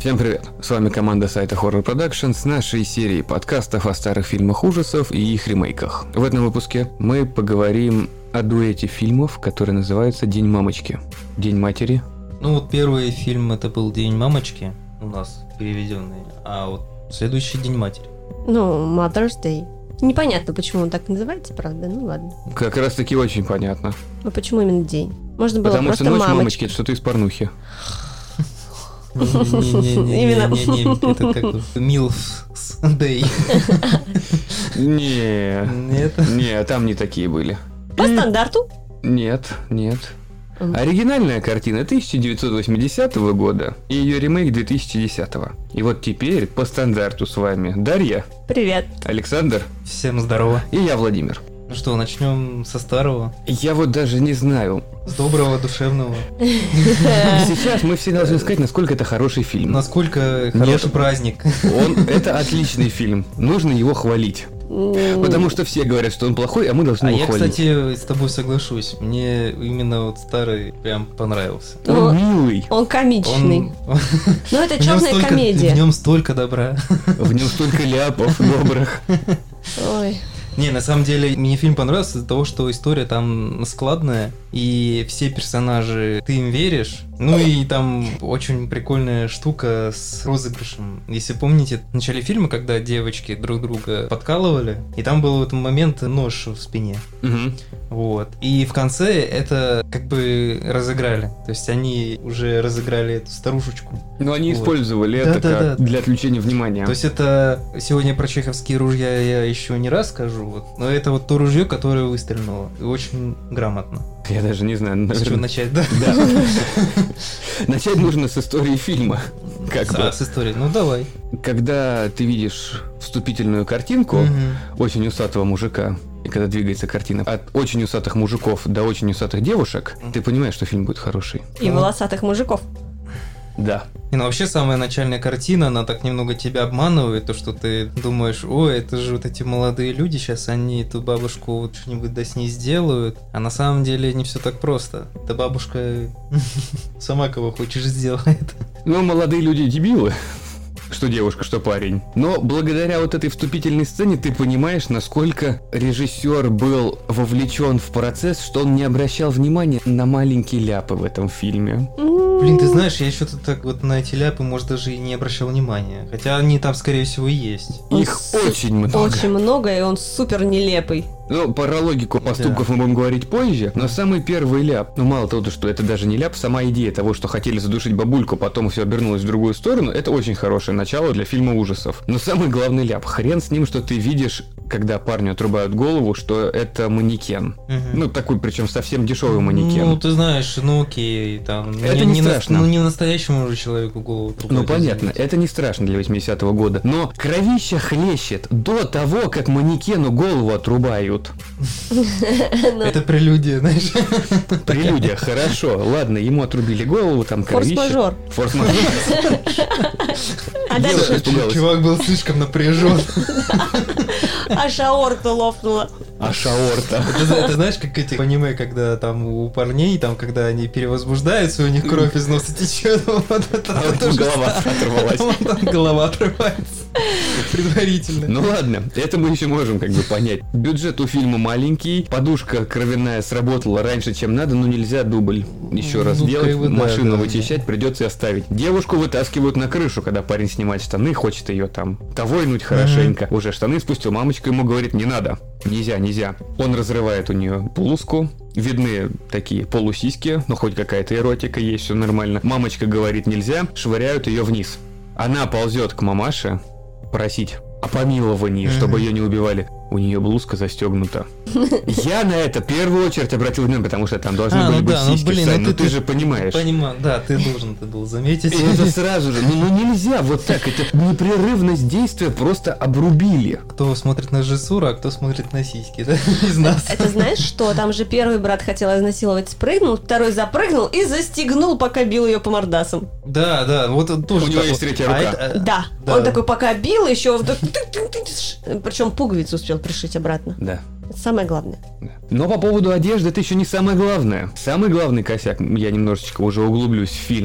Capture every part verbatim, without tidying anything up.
Всем привет! С вами команда сайта Horror Production с нашей серией подкастов о старых фильмах ужасов и их ремейках. В этом выпуске мы поговорим о дуэте фильмов, который называется «День мамочки». День матери. Ну вот первый фильм это был «День мамочки» у нас переведенный, а вот следующий «День матери». Ну, Mother's Day. Непонятно, почему он так называется, правда, ну ладно. Как раз таки очень понятно. А почему именно день? Можно было Потому просто что ночь мамочки. мамочки это что-то из порнухи. Не-не-не, это как Milf's Day. Не, Нет. не, там не такие были. По стандарту? Нет, нет. Оригинальная картина тысяча девятьсот восьмидесятого года и ее ремейк две тысячи десятого. И вот теперь по стандарту с вами Дарья, Привет. Александр Всем здорово. и я, Владимир. Ну что, начнем со старого, Я вот даже не знаю. с доброго, душевного. Сейчас мы все должны сказать, насколько это хороший фильм. Насколько хороший Нет. праздник. Он, это отличный фильм. Нужно его хвалить. Потому что все говорят, что он плохой, а мы должны А его я, хвалить. кстати, с тобой соглашусь. Мне именно вот старый прям понравился. Он милый. Он комичный. Он... Ну, это в нем черная столько- комедия. В нем столько добра. В нем столько ляпов добрых. Ой. Не, на самом деле, мне фильм понравился из-за того, что история там складная, и все персонажи, ты им веришь. Ну и там очень прикольная штука с розыгрышем. Если помните, в начале фильма, когда девочки друг друга подкалывали, и там был в этот момент нож в спине. Мгм. Вот. И в конце это как бы разыграли. То есть они уже разыграли эту старушечку. Но они Вот. использовали Да, это да, как да. для отвлечения внимания. То есть это сегодня про чеховские ружья я еще не раз скажу, вот, но это вот то ружье, которое выстрелило. И очень грамотно. Я даже не знаю, С чего наверное. начать, да? Да. Начать нужно с истории фильма. Как А, бы. с историей. Ну давай. Когда ты видишь вступительную картинку Мгм. очень усатого мужика, и когда двигается картина от очень усатых мужиков до очень усатых девушек, ты понимаешь, что фильм будет хороший. И волосатых мужиков. Да. И ну, вообще самая начальная картина, она так немного тебя обманывает, то что ты думаешь, ой, это же вот эти молодые люди, сейчас они эту бабушку вот что-нибудь да с ней сделают, а на самом деле не все так просто. Эта бабушка сама кого хочешь сделает. Ну, молодые люди дебилы. Что девушка, что парень. Но благодаря вот этой вступительной сцене ты понимаешь, насколько режиссер был вовлечен в процесс, что он не обращал внимания на маленькие ляпы в этом фильме. Блин, ты знаешь, я что-то так вот на эти ляпы, может, даже и не обращал внимания. Хотя они там, скорее всего, и есть. Он Их с- очень много. Очень много, и он супер нелепый. Ну, про логику поступков мы будем говорить позже, но самый первый ляп, ну мало того, что это даже не ляп, сама идея того, что хотели задушить бабульку, потом все обернулось в другую сторону, это очень хорошее начало для фильма ужасов. Но самый главный ляп, хрен с ним, что ты видишь, когда парню отрубают голову, что это манекен. Мгм. Ну, такой, причем совсем дешевый манекен. Ну, ты знаешь, ну окей, там... ну, Это не на- страшно. ну, не настоящему же человеку голову трубать, Ну, понятно, извините. это не страшно для восьмидесятого года, но кровища хлещет до того, как манекену голову отрубают. Ну, Это прелюдия, знаешь. Прелюдия, хорошо, ладно, ему отрубили голову, там кровища. Форс-мажор. Форс-мажор. А Девушка дальше испугалась. Чувак был слишком напряжен. аж аорта лопнула. А шаорта. Это, зна- это знаешь, как эти аниме, когда там у парней, там, когда они перевозбуждаются, у них кровь из носа течет, вот это А вот то же голова самое. оторвалась. Вот там голова отрывается предварительно. Ну ладно, это мы еще можем как бы понять. Бюджет у фильма маленький, подушка кровяная сработала раньше, чем надо, но нельзя дубль еще раз Ну, делать, как бы да, машину да, вычищать, придется и оставить. Девушку вытаскивают на крышу, когда парень снимает штаны, хочет ее там тавойнуть хорошенько. Уже штаны спустил, мамочка ему говорит, не надо, нельзя, нельзя. Он разрывает у нее блузку, видны такие полусиськи, но хоть какая-то эротика есть, все нормально. Мамочка говорит, нельзя, швыряют ее вниз. Она ползет к мамаше просить о помиловании, чтобы ее не убивали. У нее блузка застегнута. Я на это в первую очередь обратил внимание, потому что там должны А, были ну быть да, ну сиськи, блин, Сань, ну ну ты- ты же понимаешь. Понимаю, да, ты должен, ты был заметить. И это сразу же, ну, ну нельзя вот так, это непрерывность действия просто обрубили. Кто смотрит на режиссуру, а кто смотрит на сиськи, да, из нас. Это знаешь что? Там же первый брат хотел изнасиловать, спрыгнул, второй запрыгнул и застегнул, пока бил ее по мордасам. Да, да, вот это тоже. У него так есть вот. третья А рука. это, э, Да. Да. Он такой пока бил, еще вот так причем пуговицу успел пришить обратно. Да. Это самое главное. Но по поводу одежды это еще не самое главное. Самый главный косяк, я немножечко уже углублюсь в фильм.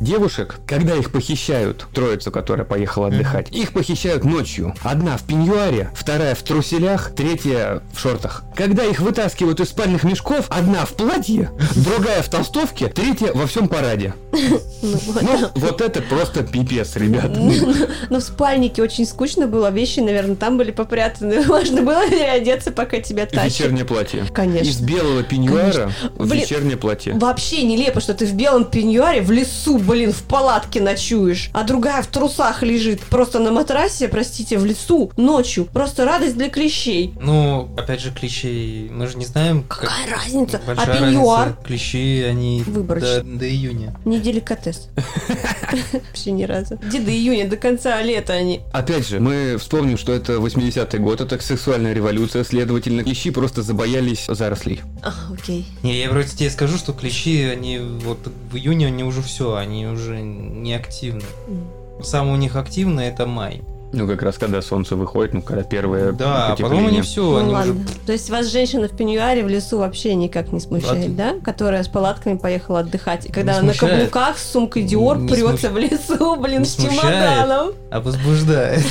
девушек, когда их похищают, троицу, которая поехала отдыхать, mm-hmm. их похищают ночью. Одна в пеньюаре, вторая в труселях, третья в шортах. Когда их вытаскивают из спальных мешков, одна в платье, другая в толстовке, третья во всем параде. Ну, вот это просто пипец, ребята. Но в спальнике очень скучно было, вещи, наверное, там были попрятаны. Можно было переодеться, пока тебя тащат. Вечернее платье. Конечно. Из белого пеньюара в вечернее платье. Вообще нелепо, что ты в белом пеньюаре в лесу, блин, в палатке ночуешь, а другая в трусах лежит. Просто на матрасе, простите, в лесу, ночью. Просто радость для клещей. Ну, опять же, клещей, мы же не знаем... Какая как... разница? Большая а пеньюар? Разница. Клещи, они до, до июня. Не деликатес. Вообще ни разу. Где до июня, до конца лета они. Опять же, мы вспомним, что это восьмидесятый год, это сексуальная революция, следовательно, клещи просто забоялись зарослей. А, окей. Не, я вроде тебе скажу, что клещи, они вот в июне, они уже все, они уже не активны. Mm. Самое у них активное это май. Ну, как раз когда солнце выходит, ну, когда первое да, потом они все, ну, они ладно. уже... То есть вас женщина в пеньюаре в лесу вообще никак не смущает, От... да? Которая с палатками поехала отдыхать. И когда она на каблуках с сумкой Диор не прется смущ... в лесу, блин, не с чемоданом. А возбуждает.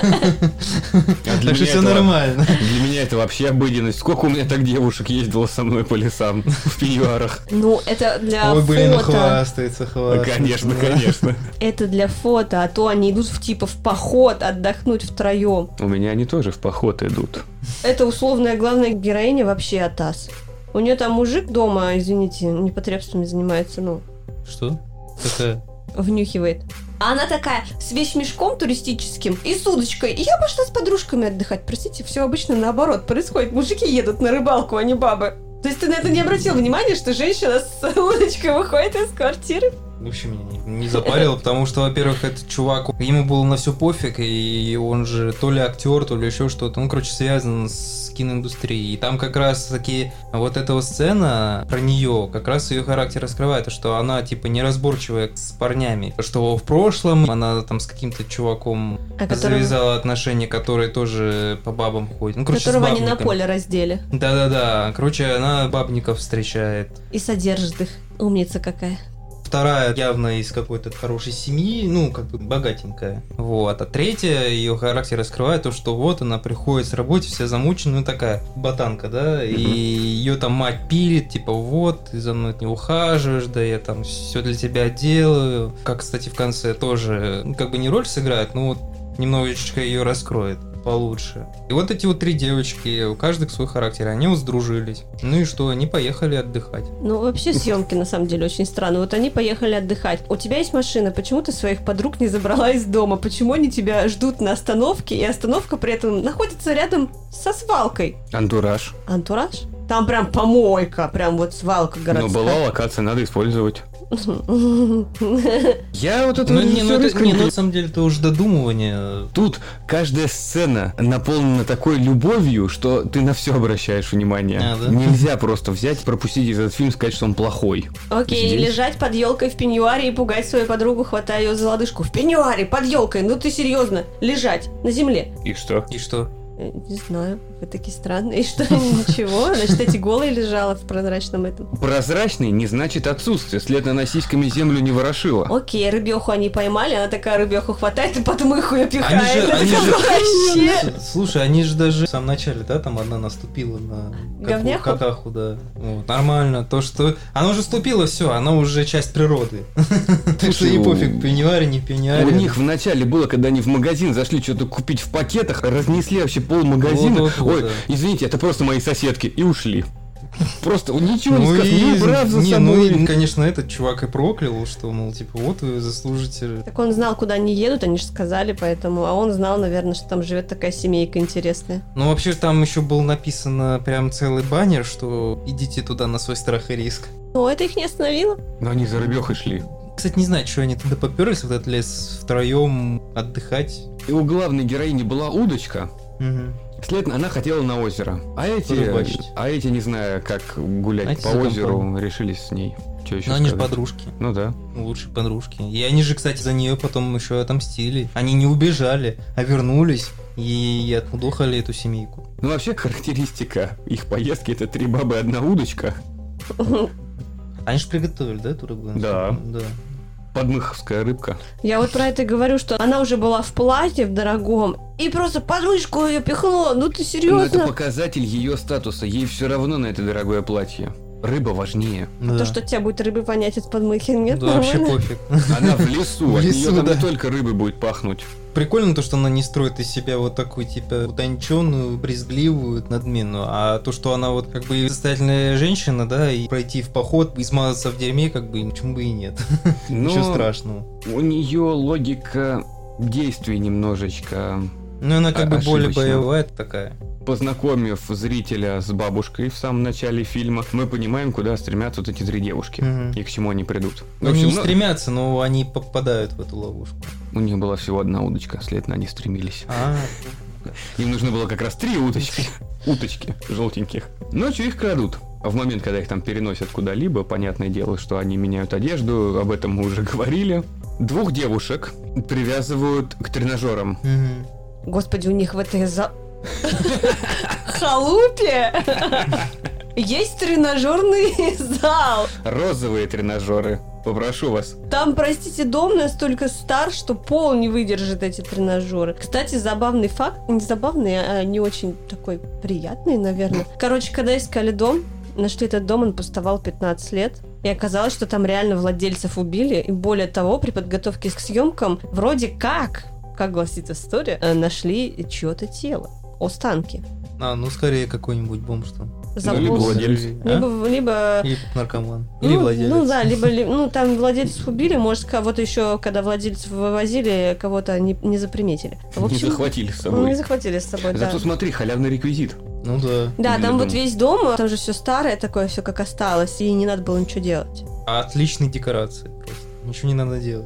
Так что все нормально. Для меня это вообще обыденность. Сколько у меня так девушек ездило со мной по лесам в пеньюарах. Ну, это для фото. Ой, блин, хвастается, хвастается. Конечно, конечно. Это для фото, а то они идут в типа в поход, отдохнуть втроем. У меня они тоже в поход идут. Это условная главная героиня вообще Атас. У нее там мужик дома, извините, непотребствами занимается, ну. Что? Какая? Внюхивает. А она такая, с вещмешком туристическим и с удочкой. И я пошла с подружками отдыхать. Простите, все обычно наоборот происходит. Мужики едут на рыбалку, а не бабы. То есть ты на это не обратил внимания, что женщина с удочкой выходит из квартиры? Вообще меня не, не запарило, потому что, во-первых, этот чувак, ему было на все пофиг, и он же то ли актер, то ли еще что-то, он, короче, связан с киноиндустрией. И там как раз таки вот эта вот сцена про нее, как раз ее характер раскрывает, что она, типа, неразборчивая с парнями, что в прошлом она там с каким-то чуваком а завязала которого... отношения, которые тоже по бабам ходят. Ну, короче, которого они на поле раздели. Да-да-да, короче, она бабников встречает. И содержит их. Умница какая. Вторая явно из какой-то хорошей семьи, ну, как бы богатенькая. Вот. А третья, ее характер раскрывает то, что вот она приходит с работы, вся замучена, ну, такая ботанка, да, mm-hmm. и ее там мать пилит, типа, вот, ты за мной не ухаживаешь, да, я там все для тебя делаю. Как, кстати, в конце тоже, ну, как бы не роль сыграет, но вот немножечко ее раскроет получше. И вот эти вот три девочки, у каждых свой характер, они вот сдружились. Ну и что, они поехали отдыхать. Ну, вообще съемки на самом деле очень странно. Вот они поехали отдыхать. У тебя есть машина, почему ты своих подруг не забрала из дома? Почему они тебя ждут на остановке, и остановка при этом находится рядом со свалкой? Антураж. Антураж? Там прям помойка, прям вот свалка городская. Ну, была локация, надо использовать. Я вот это ну, не, ну, это, не, ну, на самом деле это уже додумывание. Тут каждая сцена наполнена такой любовью, что ты на все обращаешь внимание. А, да? Нельзя просто взять, пропустить этот фильм, сказать, что он плохой. Окей, здесь... лежать под елкой в пеньюаре и пугать свою подругу, хватая ее за лодыжку. В пеньюаре, под елкой, ну ты серьезно, лежать на земле. И что? И что? Не знаю, вы такие странные. И что, ничего? Значит, эти голые лежала в прозрачном этом. Прозрачный не значит отсутствие. След она сиськами землю не ворошила. Окей, рыбеху они поймали, она такая рыбеху хватает и потом их ее пихает. Они же, они же... Вообще... Слушай, они же даже в самом начале, да, там одна наступила на говняху, какаху, да. Вот, нормально. То, что она уже ступила, все, она уже часть природы. Так что не пофиг, пеньюаре, не пеньюаре. У них в начале было, когда они в магазин зашли что-то купить в пакетах, разнесли вообще пол магазина. Вот, вот, вот, ой, да. Извините, это просто мои соседки. И ушли. Просто ничего ну не сказал, не убрав за не, собой. Ну, и, конечно, этот чувак и проклял, что, мол, типа, вот вы заслужите. Так он знал, куда они едут, они же сказали, поэтому. А он знал, наверное, что там живет такая семейка интересная. Ну, вообще, там еще был написано прям целый баннер, что идите туда на свой страх и риск. Ну, это их не остановило. Но они за рыбехой шли. Кстати, не знаю, что они туда поперлись, в этот лес втроем отдыхать. И у главной героини была удочка. Угу. Следовательно, она хотела на озеро. А эти, а эти, не знаю, как гулять а по озеру, компанию. Решились с ней. Что еще Ну, они же подружки. Ну да. Лучшие подружки. И они же, кстати, за нее потом еще отомстили. Они не убежали, а вернулись и отмудохали эту семейку. Ну, вообще, характеристика их поездки — это три бабы и одна удочка. Они же приготовили, да, эту рыбу? Да. Да. Подмыховская рыбка. Я вот про это говорю, что она уже была в платье в дорогом, и просто под мышку ее пихнула. Ну ты Но серьезно? это показатель ее статуса. Ей все равно на это дорогое платье. Рыба важнее. Да. То, что от тебя будет рыбы вонять от подмыхи, нет? Да, вообще нормально? пофиг. Она в лесу, В от лесу, нее там да. не только рыбы будет пахнуть. Прикольно то, что она не строит из себя вот такую, типа, утонченную, брезгливую, надменную, а то, что она вот как бы состоятельная женщина, да, и пройти в поход, и смазаться в дерьме, как бы, почему бы и нет. Но Ничего страшного. у нее логика действий немножечко. Ну, она как А- бы более ошибочно. боевая такая. Познакомив зрителя с бабушкой в самом начале фильма, мы понимаем, куда стремятся вот эти три девушки Мгм. и к чему они придут. В Ну, общем, не ну, стремятся, но они попадают в эту ловушку. у них была всего одна удочка, следовательно, они стремились. А, Им нужно было как раз три уточки. Уточки желтеньких. Ночью их крадут. А в момент, когда их там переносят куда-либо, понятное дело, что они меняют одежду, об этом мы уже говорили. Двух девушек привязывают к тренажерам. мгм. Господи, у них в этой за... халупе есть тренажерный зал. Розовые тренажеры. Попрошу вас. Там, простите, дом настолько стар, что пол не выдержит эти тренажеры. Кстати, забавный факт, не забавный, а не очень такой приятный, наверное. Короче, когда искали дом, нашли этот дом, он пустовал пятнадцать лет. И оказалось, что там реально владельцев убили. И более того, при подготовке к съемкам вроде как, как гласит история, э, нашли чье-то тело. Останки. А, ну скорее какой-нибудь бомж там. Забыл. либо владелец. А? Либо, либо Или наркоман. Или ну, владелец. Ну да, либо, ли- ну там владельцев убили, может, кого-то еще, когда владельцев вывозили, кого-то не, не заприметили. В Не общем, захватили с ну, собой. не захватили с собой, да. Зато смотри, халявный реквизит. Ну да. Да, Для там вот дома. весь дом, там же все старое такое, все как осталось, и не надо было ничего делать. Отличные декорации просто. Ничего не надо делать.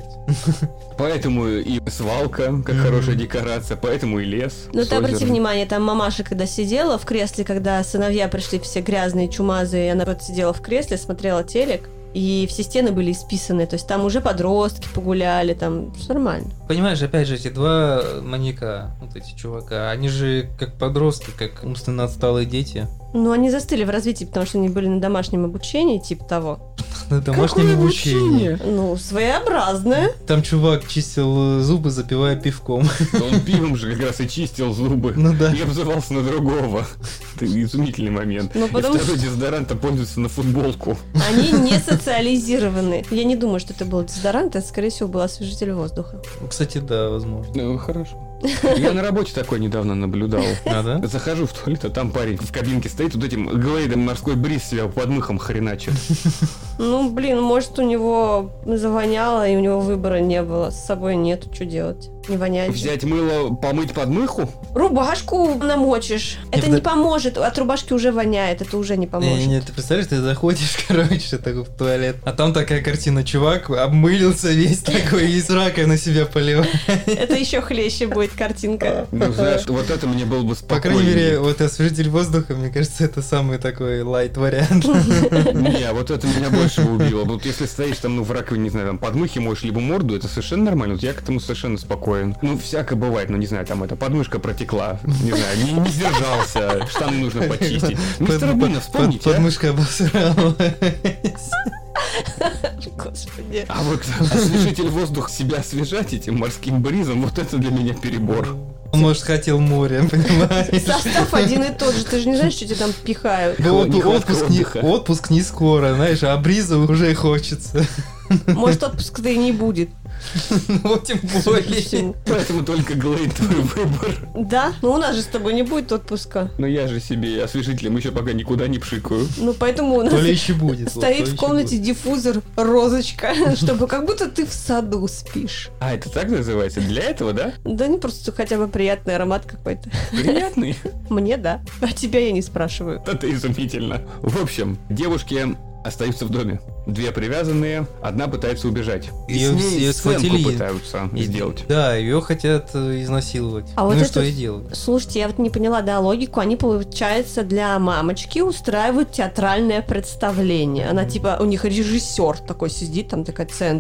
Поэтому и свалка, как Мгм. хорошая декорация, поэтому и лес. Ну с ты обрати озером. внимание, там мамаша, когда сидела в кресле, когда сыновья пришли все грязные, чумазые, и она вот сидела в кресле, смотрела телек, и все стены были исписаны, то есть там уже подростки погуляли, там все нормально. Понимаешь, опять же, эти два маньяка, вот эти чувака, они же как подростки, как умственно отсталые дети. Ну, они застыли в развитии, потому что они были на домашнем обучении, типа того. На домашнем Какое обучении. обучение? Ну, своеобразное. Там чувак чистил зубы, запивая пивком. Он пивом же как раз и чистил зубы. Ну да. И обзывался на другого. Это изумительный момент. Ну, И потому второй дезодорант пользуется на футболку. Они не социализированы. Я не думаю, что это был дезодорант, это, скорее всего, был освежитель воздуха. Кстати, да, возможно. Ну, хорошо. Я на работе такой недавно наблюдал. А, да? Захожу в туалет, а там парень в кабинке стоит, вот этим глейдом морской бриз себя под мыхом хреначит. Ну, блин, может, у него завоняло, и у него выбора не было. С собой нет, что делать? Не вонять. же. Взять мыло, помыть под мыху? Рубашку намочишь. Это Я не вда- поможет. От рубашки уже воняет, это уже не поможет. Не, не, ты представляешь, ты заходишь, короче, такой в туалет, а там такая картина, чувак обмылился весь такой, и с ракой на себя поливает. Это еще хлеще будет картинка. Ну, знаешь, вот это мне было бы По спокойнее. крайней мере, вот освежитель воздуха, мне кажется, это самый такой лайт вариант. Не, вот это меня больше убило. Вот если стоишь там, ну, в раковине, не знаю, там, под мыхи моешь, либо морду, это совершенно нормально. Вот я к этому совершенно спокоен. Ну, всякое бывает, ну, не знаю, там, эта подмышка протекла, не знаю, не, не сдержался, штаны нужно почистить. Мистер Бина, вспомните, а? Подмышка обосралась. Господи. А вот освежитель воздуха себя освежать этим морским бризом, вот это для меня перебор. Он, может, хотел море, понимаешь? Состав один и тот же. Ты же не знаешь, что тебе там пихают. Ну, вот Нехватка отпуск, не, отдыха. отпуск не скоро, знаешь, а бриза уже хочется. Может, отпуска-то и не будет. Ну, тем более. Поэтому только Глейд твой выбор. Да? Ну, у нас же с тобой не будет отпуска. Но я же себе освежителем еще пока никуда не пшикаю. Ну, поэтому у нас То ли еще будет. вот, стоит то в еще комнате будет. диффузор розочка, чтобы как будто ты в саду спишь. А, это так называется? Для этого, да? Да не просто хотя бы приятный аромат какой-то. Приятный. Мне да. А тебя я не спрашиваю. Это изумительно. В общем, девушки остаются в доме. Две привязанные, одна пытается убежать. И Её с ней все сценку схватили. пытаются И- сделать. Да, ее хотят э, изнасиловать. А ну вот и это- что и делать? Слушайте, я вот не поняла, да, логику. Они, получается, для мамочки устраивают театральное представление. Она типа, у них режиссер такой сидит, там такая цензор.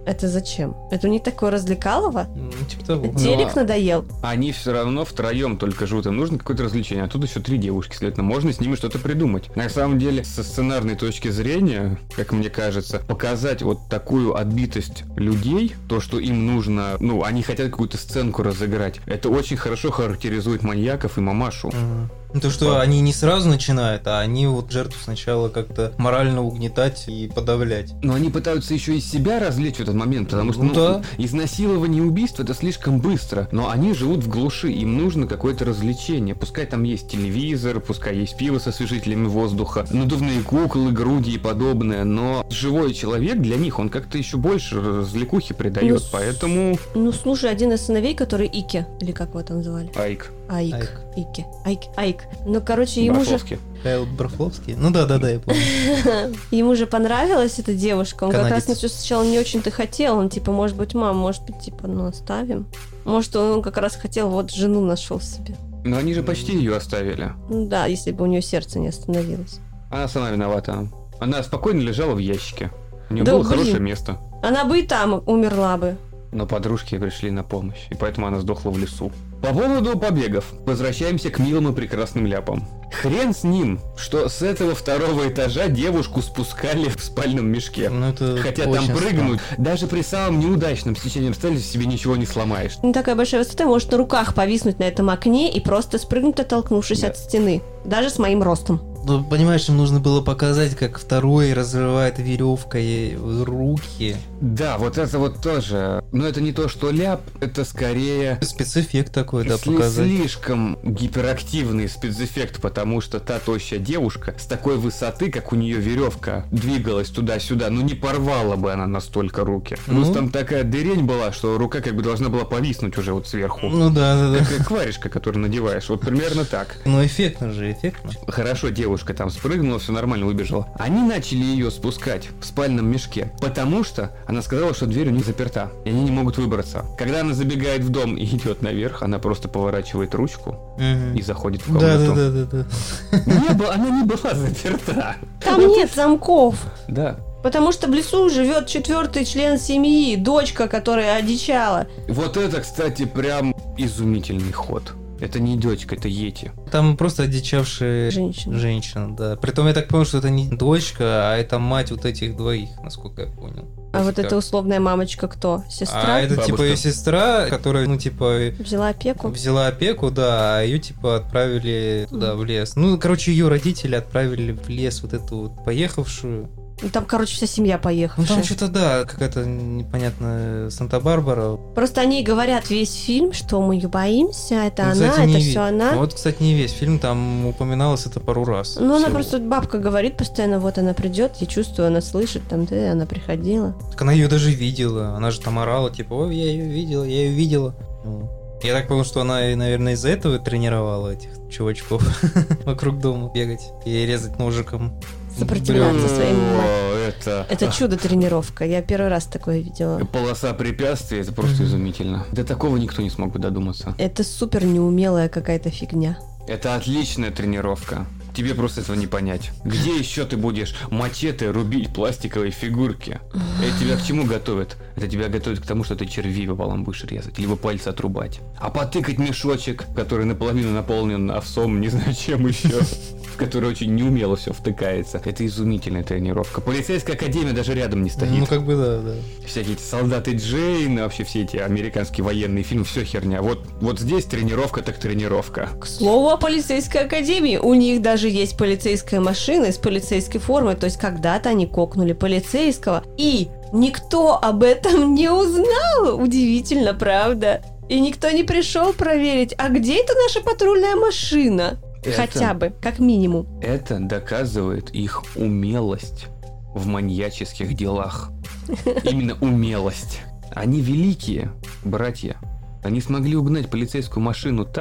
Это зачем? Это у них такое развлекалово? Ну, типа того. Телек Но- надоел? Они все равно втроем только живут, им нужно какое-то развлечение, а тут еще три девушки, следовательно, можно с ними что-то придумать. На самом деле, со сценарной точки зрения, как мне кажется, показать вот такую отбитость людей, то, что им нужно, ну, они хотят какую-то сценку разыграть, это очень хорошо характеризует маньяков и мамашу. Мгм. Ну, то, что они не сразу начинают, а они вот жертву сначала как-то морально угнетать и подавлять. Но они пытаются еще из себя развлечь в этот момент, потому что Ну ну, да. изнасилование и убийство это слишком быстро. Но они живут в глуши, им нужно какое-то развлечение. Пускай там есть телевизор, пускай есть пиво со освежителями воздуха, надувные куклы, груди и подобное. Но живой человек для них, он как-то еще больше развлекухи придает, Ну, с- поэтому... Ну, слушай, один из сыновей, который Ики, или как его там звали? Айк. Аик. Айк. Ики. Айк. Айк. Ну, короче, ему же, Брасловский. Кайл Брафловский? Ну да, да, да, я помню. ему же понравилась эта девушка. Он как раз Канадец. на всё сначала не очень-то хотел. Он типа, может быть, мам, может быть, типа, ну, оставим. Может, он как раз хотел, вот, жену нашел себе. Но они же почти ее оставили. Ну да, если бы у нее сердце не остановилось. Она сама виновата. Она спокойно лежала в ящике. У нее Да, было блин. хорошее место. Она бы и там умерла бы. Но подружки пришли на помощь, и поэтому она сдохла в лесу. По поводу побегов. Возвращаемся к милым и прекрасным ляпам. Хрен с ним, что с этого второго этажа девушку спускали в спальном мешке. Ну, это Хотя там очень прыгнуть, даже при самом неудачном стечении обстоятельств себе ничего не сломаешь. Не такая большая высота, может на руках повиснуть на этом окне и просто спрыгнуть, оттолкнувшись Да. от стены. Даже с моим ростом. Ну, понимаешь, им нужно было показать, как второй разрывает веревкой руки. Да, вот это вот тоже. Но это не то, что ляп, это скорее... Спецэффект такой, да, Сли- показать. Слишком гиперактивный спецэффект, потому что та тощая девушка с такой высоты, как у нее веревка двигалась туда-сюда, ну не порвала бы она настолько руки. Плюс Ну. там такая дырень была, что рука как бы должна была повиснуть уже вот сверху. Ну да, да, да. Как акваришка, которую надеваешь. Вот примерно так. Ну эффектно же, эффектно. Хорошо, девушка там спрыгнула, все нормально, выбежала. Они начали ее спускать в спальном мешке, потому что она сказала, что дверь у них заперта, и они не могут выбраться. Когда она забегает в дом и идет наверх, она просто поворачивает ручку Мгм. и заходит в Да, комнату. да, да, да, да. Не было, она не была заперта. Там нет замков. Да. Потому что в лесу живет четвертый член семьи, дочка, которая одичала. Вот это, кстати, прям изумительный ход. Это не дочка, это Йети. Там просто одичавшая Женщина. женщина, да. Притом я так понял, что это не дочка, а это мать вот этих двоих, насколько я понял. А вот Как? эта условная мамочка кто? Сестра? А это Бабушка. типа ее сестра, которая, ну, типа, Взяла опеку? взяла опеку, да, а ее, типа, отправили туда, в лес. Ну, короче, ее родители отправили в лес вот эту вот поехавшую. Ну, там, короче, вся семья Ну, поехавшая. там что-то, да, какая-то непонятная Санта-Барбара. Просто они говорят весь фильм, что мы ее боимся, это Ну, она, кстати, не это ви- все она. Вот, кстати, не весь фильм, там упоминалось это пару раз. Ну, она всего. просто, бабка говорит постоянно, вот она придет, я чувствую, она слышит, там, да, она приходила. Так она ее даже видела. Она же там орала, типа, ой, я ее видела, я ее видела. Ну, я так понял, что она, наверное, из-за этого тренировала этих чувачков вокруг дома бегать и резать ножиком. Сопротивляться бревна. своим. О, это... Это чудо-тренировка, я первый раз такое видела. Полоса препятствий, это просто Мгм. изумительно. До такого никто не смог бы додуматься. Это супер неумелая какая-то фигня. Это отличная тренировка. Тебе просто этого не понять. Где еще ты будешь мачете рубить пластиковые фигурки? Это тебя к чему готовит? Это тебя готовит к тому, что ты червей пополам будешь резать, либо пальцы отрубать. А потыкать мешочек, который наполовину наполнен овсом, не знаю чем еще, в который очень неумело все втыкается. Это изумительная тренировка. Полицейская академия даже рядом не стоит. Ну, как бы, да, да. Всякие эти солдаты Джейн, вообще все эти американские военные фильмы, все херня. Вот, вот здесь тренировка так тренировка. К слову о полицейской академии, у них даже есть полицейская машина из полицейской формы, то есть когда-то они кокнули полицейского, и никто об этом не узнал. Удивительно, правда? И никто не пришел проверить, а где это наша патрульная машина? Это- Хотя бы, как минимум. Это доказывает их умелость в маньяческих делах. Именно умелость. Они великие, братья. Они смогли угнать полицейскую машину так,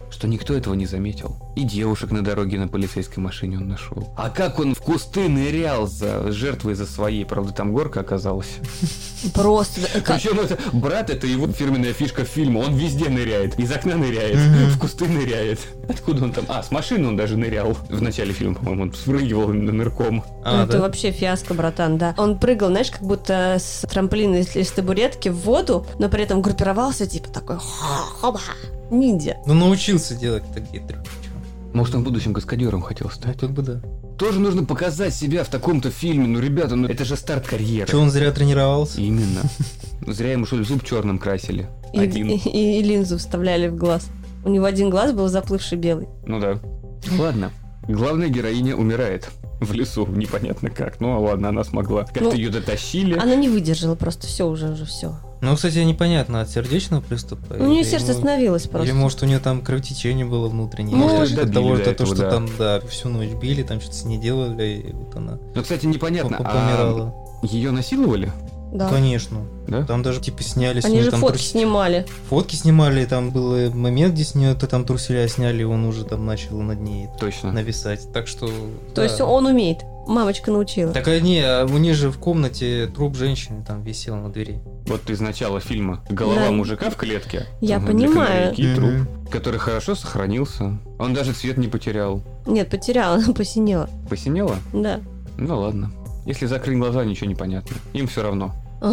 что никто этого не заметил. И девушек на дороге на полицейской машине он нашел. А как он в кусты нырял за жертвой за своей, правда, там горка оказалась. Просто. Причем это, брат, это его фирменная фишка фильма. Он везде ныряет. Из окна ныряет, Мгм. в кусты ныряет. Откуда он там? А, с машины он даже нырял. В начале фильма, по-моему, он спрыгивал нырком. А, это да? вообще фиаско, братан, да. Он прыгал, знаешь, как будто с трамплина или с табуретки в воду, но при этом группировался, типа такой хоба, ниндзя. Ну, научился делать такие трюки. чё. Может, он в будущем каскадером хотел Ну, стать. как бы да. Тоже нужно показать себя в таком-то фильме. Ну, ребята, ну это же старт карьеры. Че, он зря тренировался? Именно. Зря ему, что ли, зуб черным красили. И, Один. и- и линзу вставляли в глаз. У него один глаз был заплывший белый. Ну да. Ладно. Главная героиня умирает. В лесу, непонятно как. Ну, а ладно, она смогла. Как-то Ну, ее дотащили. Она не выдержала просто, все уже, уже все. Ну, кстати, непонятно, от сердечного приступа? У нее или сердце ему- остановилось просто. Или, может, у нее там кровотечение было внутреннее. Может. Или Добили от того, до что, этого, то, что да. там, да, всю ночь били, там что-то с ней делали, и вот она Ну, кстати, непонятно. по- А помирала. ее насиловали? Да. Конечно. Да? Там даже, типа, сняли с Они нее же там фотки трус- снимали. Фотки снимали, и там был момент, где с нее то там труселя сняли, и он уже там начал над ней Точно. нависать. Так что... То да. есть он умеет. Мамочка научила. Так, а не, а у них же в комнате труп женщины там висел на двери. Вот из начала фильма. Голова Да. мужика в клетке. Я Ага, понимаю. для канарейки и труп, Мгм. который хорошо сохранился. Он даже цвет не потерял. Нет, потеряла, она посинела. Посинело? Да. Ну ладно. Если закрыть глаза, ничего не понятно. Им все равно. Ой,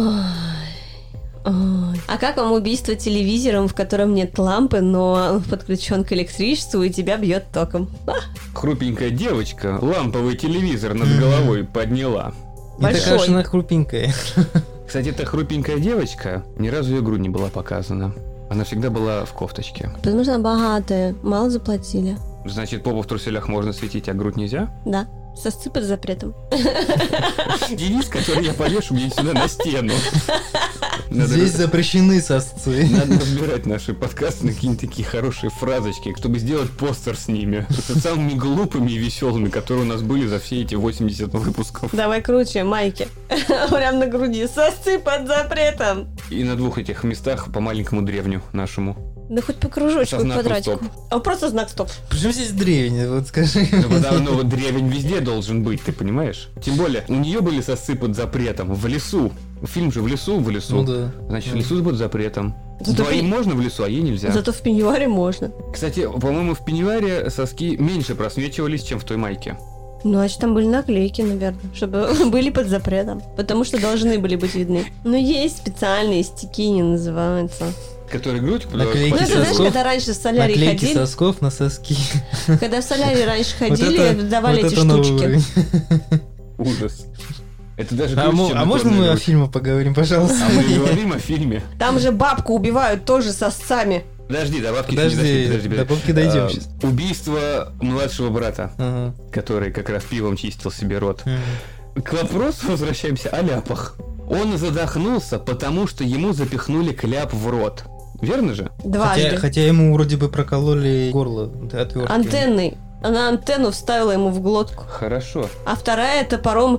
ой. А как вам убийство телевизором, в котором нет лампы, но он подключен к электричеству и тебя бьет током? А, Хрупенькая девочка ламповый телевизор над Мгм. головой подняла. Не такая Большой. уж она хрупенькая. Кстати, эта хрупенькая девочка, ни разу ее грудь не была показана. Она всегда была в кофточке. Потому что она богатая, мало заплатили. Значит, попу в труселях можно светить, а грудь нельзя? Да, сосцы под запретом. Денис, который я повешу мне сюда на стену. Надо Здесь раз- запрещены сосцы. Надо разбирать наши подкасты на какие-нибудь такие хорошие фразочки, чтобы сделать постер с ними. С самыми глупыми и веселыми, которые у нас были за все эти восемьдесят выпусков. Давай круче, майки. Прям на груди. Сосцы под запретом. И на двух этих местах по маленькому древню нашему. Да хоть по кружочку, Со знаком квадратику. А просто знак стоп. Почему здесь древень, вот скажи. Ну, потому ну, древень везде должен быть, ты понимаешь? Тем более, у нее были сосцы под запретом в лесу. Фильм же в лесу, в лесу. Ну да. Значит, в Да. лесу под запретом. Зато Двоим пи- можно в лесу, а ей нельзя. Зато в пеньюаре можно. Кстати, по-моему, в пеньюаре соски меньше просвечивались, чем в той майке. Ну, значит, там были наклейки, наверное, чтобы были под запретом. Потому что должны были быть видны. Но есть специальные стикини, называются. Который грудь Наклейки Ну, это, знаешь, сосков. когда раньше в солярий Наклейки ходили, сосков на соски. когда в солярий раньше Вот ходили, это- давали вот эти это новый штучки. уровень. Ужас. Это даже А круче, мо- чем а можно наклонная мы о грудь. фильме поговорим, пожалуйста? А мы говорим о фильме. Там же бабку убивают тоже сосцами. Подожди, до бабки еще не дошли, Подожди, подожди, до бабки дойдем А, сейчас. Убийство младшего брата, Ага. который как раз пивом чистил себе рот. Мгм. К вопросу возвращаемся о ляпах. Он задохнулся, потому что ему запихнули кляп в рот. Верно же? Дважды. Хотя, хотя ему вроде бы прокололи горло отверткой. Антенной. Она антенну вставила ему в глотку. Хорошо. А вторая топором.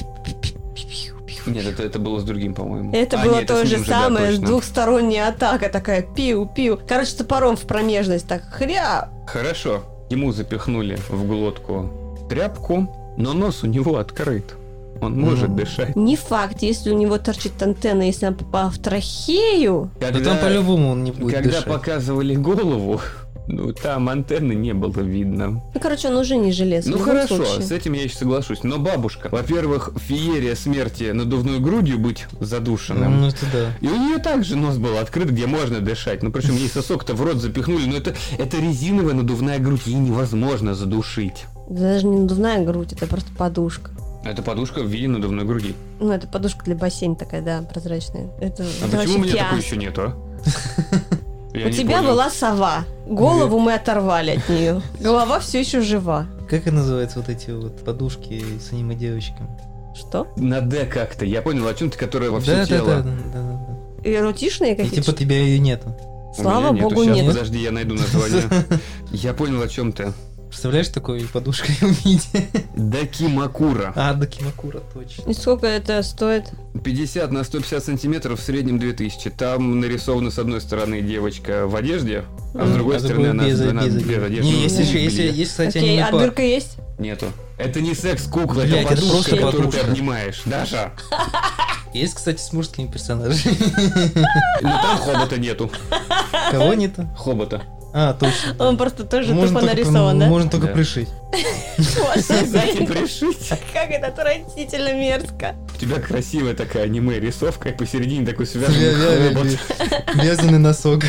Нет, это, это было с другим, по-моему. Это А, было нет, то с же ним да, самое, точно. двухсторонняя атака такая, пиу-пиу. Короче, топором в промежность так, хря. Хорошо. Ему запихнули в глотку тряпку, но нос у него открыт. Он может Ну. дышать. Не факт, если у него торчит антенна, если она попала в трахею. Да там по-любому он не будет когда дышать. показывали голову, ну там антенны не было видно. Ну, короче, он уже не желез. в Ну любом хорошо, случае. с этим я еще соглашусь. Но бабушка, во-первых, феерия смерти надувной грудью быть задушенным. Ну это да. И у нее также нос был открыт, где можно дышать. Ну, причем ей сосок-то в рот запихнули, но это, это резиновая надувная грудь, ей невозможно задушить. Это даже не надувная грудь, это просто подушка. Это подушка в виде надувной груди. Ну, это подушка для бассейна такая, да, прозрачная. Это, А это почему у вообще меня такой фиаско. еще нету, а? Я У не тебя понял. была сова. Голову мы оторвали от нее. Голова все еще жива. Как это называется, вот эти вот подушки с аниме-девочками? Что? На Д как-то. Я понял, о чем ты, которая во все Да, да, тело. да, да, да, да. Эротичные И какие-то? типа тебя ее нету. У Слава меня нету. богу, Щас, нет. Подожди, я найду название. Я понял, о чем ты. Представляешь, такой подушкой убить? Дакимакура. А, Дакимакура, точно. И сколько это стоит? пятьдесят на сто пятьдесят сантиметров, в среднем две тысячи. Там нарисована с одной стороны девочка в одежде, а с другой А стороны другой она без, она без, без одежды. Не, Ну, есть без еще, есть, белья. есть, кстати, Окей, а аниме-пар. дырка есть? Нету. Это не секс-кукла, Блядь, это это подушка, просто которую подушка. ты обнимаешь. Даша, Есть, кстати, с мужскими персонажами. ну там хобота нету. Кого нет-то? Хобота. А, точно. Он просто тоже Можно тупо только- нарисован, да? Можно только Да. пришить. Кстати, пришить. Как это отвратительно мерзко. У тебя красивая такая аниме-рисовка, и посередине такой Вя- связанный вя- хобот. вя- Вязаный носок.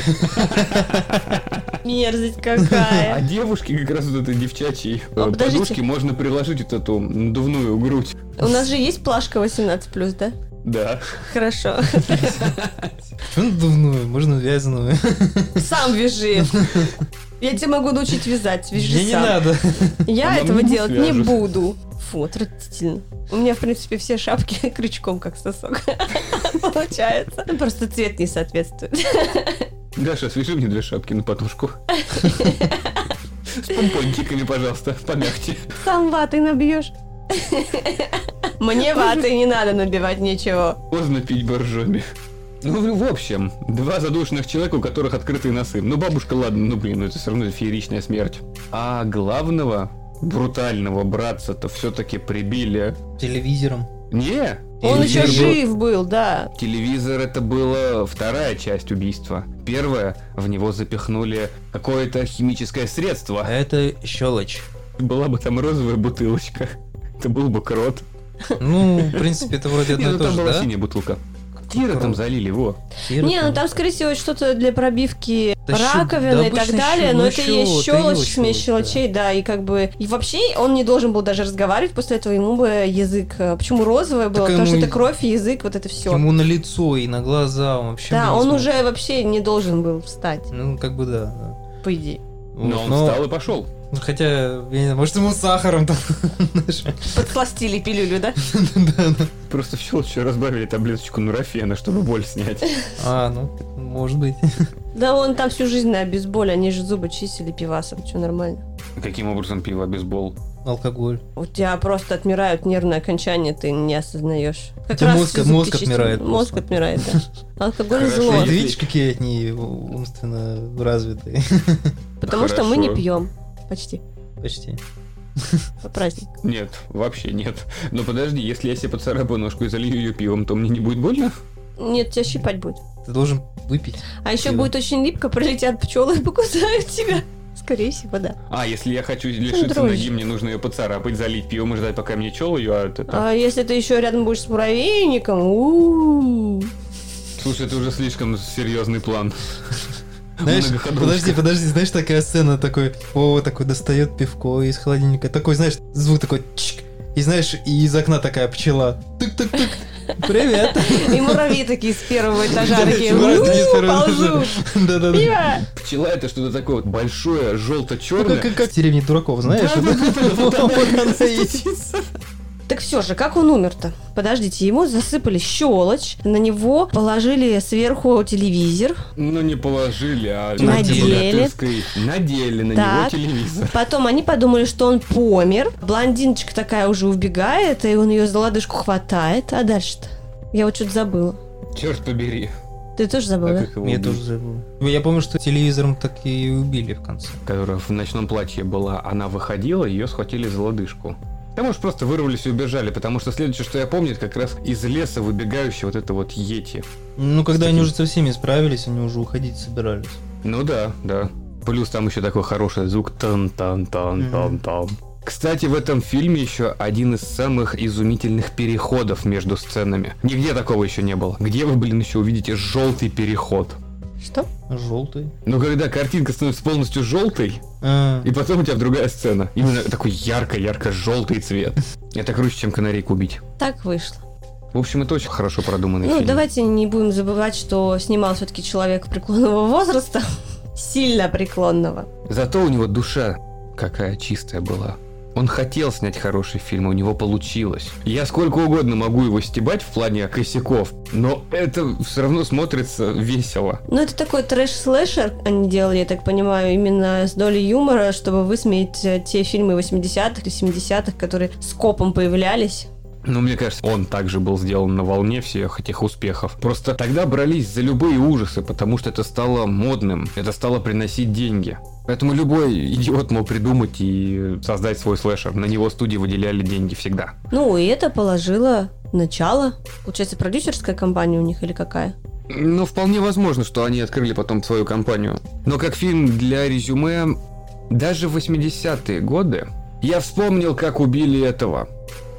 Мерзость А какая. девушке как раз вот этой девчачьей О, э, подождите. подушке можно приложить вот эту надувную грудь. У нас же есть плашка восемнадцать плюс, да? Да. Хорошо. Что надувную? Можно вязаную. Сам вяжи. Я тебя могу научить вязать. Вяжи Мне не сам. надо. Я А нам этого не делать не свяжут. буду. Фу, отвратительно. У меня, в принципе, все шапки крючком, как сосок. Получается. Ну, просто цвет не соответствует. Даша, свяжи мне две шапки на подушку. С помпончиками, пожалуйста, помягче. Сам ватой набьешь. Мне ватой не надо набивать ничего. Поздно пить боржоми. Ну, в общем, два задушенных человека, у которых открытые носы. Ну, бабушка, ладно, ну, блин, ну это все равно фееричная смерть. А главного, брутального братца-то все-таки прибили. Телевизором. Не! Он еще телевизор был- жив был, да. Телевизор это была вторая часть убийства. Первая, в него запихнули какое-то химическое А средство. это щелочь. Была бы там розовая бутылочка. Это был бы крот. Ну, в принципе, это вроде Не, одно и ну то там же, была да? синяя бутылка. Тира там залили, во. Не, ну там, скорее всего, что-то для пробивки Да щу- раковины да и так обычно далее, щу- но ну это щё, есть это щелочь, её смесь щелочь, щелочей, да, и как бы... И вообще он не должен был даже разговаривать, после этого ему бы язык... э, Почему розовое было? Так Потому что ему это и- кровь, и язык, вот это все. Ему на лицо и на глаза он вообще... Да, бы не он смог. уже вообще не должен был встать, Ну, как бы да. да. по идее. Но Вот, он встал и пошел. ну, хотя, я не знаю, может, ему сахаром там... знаешь. Подсластили пилюлю, да? Да, да. Просто в щелочь разбавили таблеточку нурофена, чтобы боль снять. А, ну, может быть. Да он там всю жизнь на обезболе, они же зубы чистили пивасом, все нормально. Каким образом пиво бейсбол? Алкоголь. У тебя просто отмирают нервные окончания, ты не осознаешь. Как У тебя раз мозг- все зубки мозг чистили. отмирает Мозг просто. отмирает, да. Алкоголь Хорошо, зло. Ты если- видишь, какие они умственно развитые? Потому что мы не Хорошо. пьем. Почти. Почти. По празднику. Нет, вообще нет. Но подожди, если я себе поцарапаю ножку и залью ее пивом, то мне не будет больно? Нет, тебя щипать будет. Ты должен выпить. А еще Пиво. будет очень липко, прилетят пчелы и покусают тебя. Скорее всего, да. А, если я хочу лишиться дрожь. ноги, мне нужно ее поцарапать, залить пивом и ждать, пока мне чел ее, а это так. А если ты еще рядом будешь с муравейником, у-у-у. Слушай, это уже слишком серьезный план. Знаешь, Многоходовка. подожди, подожди, знаешь, такая сцена, такой, Вова такой достает пивко из холодильника, такой, знаешь, звук такой, чик, и знаешь, и из окна такая пчела, тык-тык-тык, привет. И муравьи такие с первого этажа Да, такие, муравьи такие с «У-у-у, первого этажа». ползут. Да-да-да. Пиво! Пчела это что-то такое вот большое, Ну, желто-черное. как, как, как в деревне дураков, знаешь? Да-да-да, вот она Вот и она и есть. Так все же, как он умер-то? Подождите, ему засыпали щелочь, на него положили сверху телевизор, Ну не положили, а Надели. богатырской надели на Так. него телевизор. потом они подумали, что он помер, блондиночка такая уже убегает, и он ее за лодыжку хватает, а дальше-то? Я вот что-то забыла. Черт побери. Ты тоже забыла, А да? как его Я убили? тоже забыл. Я помню, что телевизором так и убили в конце. Которая в ночном платье была, она выходила, ее схватили за лодыжку. Там уж просто вырвались и убежали, потому что следующее, что я помню, это как раз из леса выбегающий вот это вот йети. Ну, когда С они таким- уже со всеми справились, они уже уходить собирались. Ну да, да. Плюс там еще такой хороший звук тан-тан-тан-тан-тан. Кстати, в этом фильме еще один из самых изумительных переходов между сценами. Нигде такого еще не было. Где вы, блин, еще увидите желтый переход? Что? Желтый. Ну, когда картинка становится полностью желтой, А, и потом у тебя другая сцена. Именно такой ярко-ярко-желтый цвет. Это круче, чем канарейку убить. Так вышло. В общем, это очень хорошо продуманный Ну, фильм. давайте не будем забывать, что снимал все-таки человек преклонного возраста, сильно преклонного. Зато у него душа какая чистая была. Он хотел снять хороший фильм, у него получилось. Я сколько угодно могу его стебать в плане косяков, но это все равно смотрится весело. Ну, это такой трэш-слэшер они делали, я так понимаю, именно с долей юмора, чтобы высмеять те фильмы восьмидесятых и семидесятых, которые скопом появлялись. Ну, мне кажется, он также был сделан на волне всех этих успехов. Просто тогда брались за любые ужасы, потому что это стало модным, это стало приносить деньги. Поэтому любой идиот мог придумать и создать свой слэшер. На него студии выделяли деньги всегда. Ну, и это положило начало. Получается, продюсерская компания у них или какая? Ну, вполне возможно, что они открыли потом свою компанию. Но как фильм для резюме, даже в восьмидесятые годы я вспомнил, как убили этого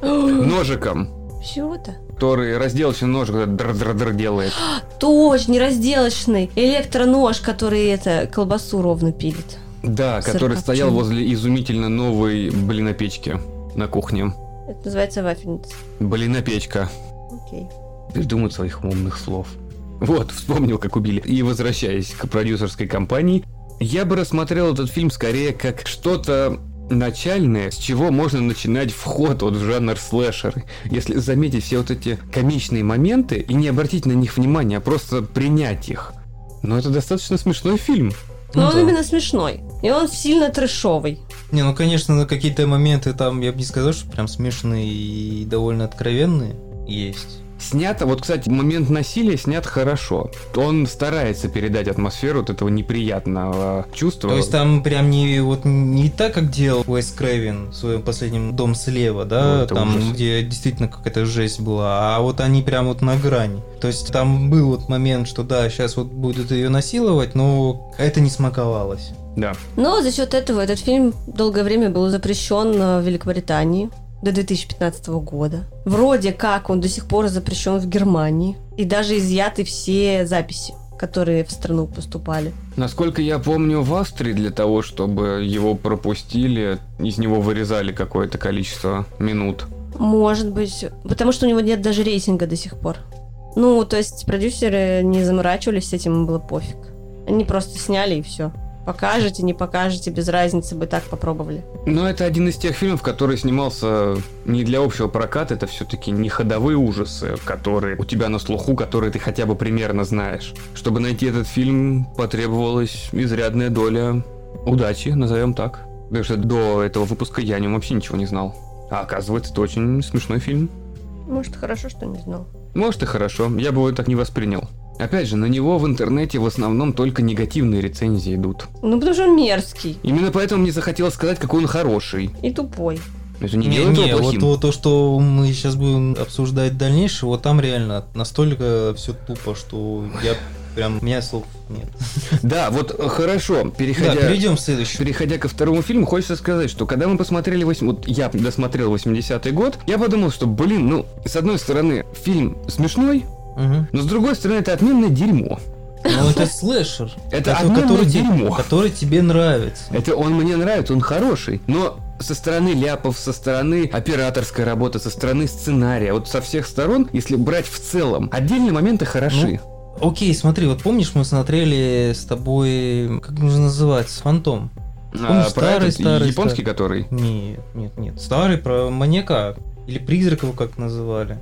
ножиком. Чего-то? Который разделочный нож др-др-др делает. Точно, неразделочный. Электронож, который это колбасу ровно пилит. Да, который Сырокопченый. стоял возле изумительно новой блинопечки на кухне. Это называется вафельница. Блинопечка. Окей. Придумать своих умных слов. Вот, вспомнил, как убили. И возвращаясь к продюсерской компании, я бы рассмотрел этот фильм скорее как что-то начальное, с чего можно начинать вход вот в жанр слэшер. Если заметить все вот эти комичные моменты и не обратить на них внимания, а просто принять их. Но это достаточно смешной фильм. Но Ну он да. именно смешной. И он сильно трэшовый. Не, ну, конечно, на какие-то моменты там, я бы не сказал, что прям смешные и довольно откровенные есть. Снято, вот, кстати, момент насилия снят хорошо. Он старается передать атмосферу вот этого неприятного чувства. То есть там прям не, вот, не так, как делал Уэс Крейвен в своем последнем «Дом слева», да, Ну, это там, ужас. где действительно какая-то жесть была, а вот они прям вот на грани. То есть там был вот момент, что да, сейчас вот будут ее насиловать, но это не смаковалось. Да. Но за счет этого этот фильм долгое время был запрещен в Великобритании до две тысячи пятнадцатого года. Вроде как он до сих пор запрещен в Германии. И даже изъяты все записи, которые в страну поступали. Насколько я помню, в Австрии для того, чтобы его пропустили, из него вырезали какое-то количество минут. Может быть, потому что у него нет даже рейтинга до сих пор. Ну, то есть продюсеры не заморачивались с этим, им было пофиг. Они просто сняли и все. Покажете, не покажете, без разницы, бы так попробовали. Но это один из тех фильмов, который снимался не для общего проката, это все-таки не ходовые ужасы, которые у тебя на слуху, которые ты хотя бы примерно знаешь. Чтобы найти этот фильм, потребовалась изрядная доля удачи, назовем так. Потому что до этого выпуска я о нем вообще ничего не знал. А оказывается, это очень смешной фильм. Может, хорошо, что не знал. Может и хорошо, я бы его так не воспринял. Опять же, на него в интернете в основном только негативные рецензии идут. Ну, потому что он мерзкий Именно поэтому мне захотелось сказать, какой он хороший. и тупой. Это не, Не, делает не, его вот плохим. то, то, что мы сейчас будем обсуждать дальнейшее, вот там реально настолько все тупо, что я прям, у меня слов нет. Да, вот э, хорошо, Да, переходя... перейдем к следующему. Переходя ко второму фильму, хочется сказать, что когда мы посмотрели, восемь... вот я досмотрел восьмидесятый год, я подумал, что, блин, ну, с одной стороны, фильм смешной, Мгм. но с другой стороны, это отменное дерьмо. Ну, это слэшер. Это который, отменное который, те- дерьмо. который тебе нравится. Это он мне нравится, он хороший, но со стороны ляпов, со стороны операторской работы, со стороны сценария, вот со всех сторон, если брать в целом, отдельные моменты хороши. Окей, смотри, вот помнишь, мы смотрели с тобой, как он же называется, «Фантом»? А, помнишь, про старый, этот старый, японский, старый. который... Нет, нет, нет. Старый про маньяка. Или призрака его как называли.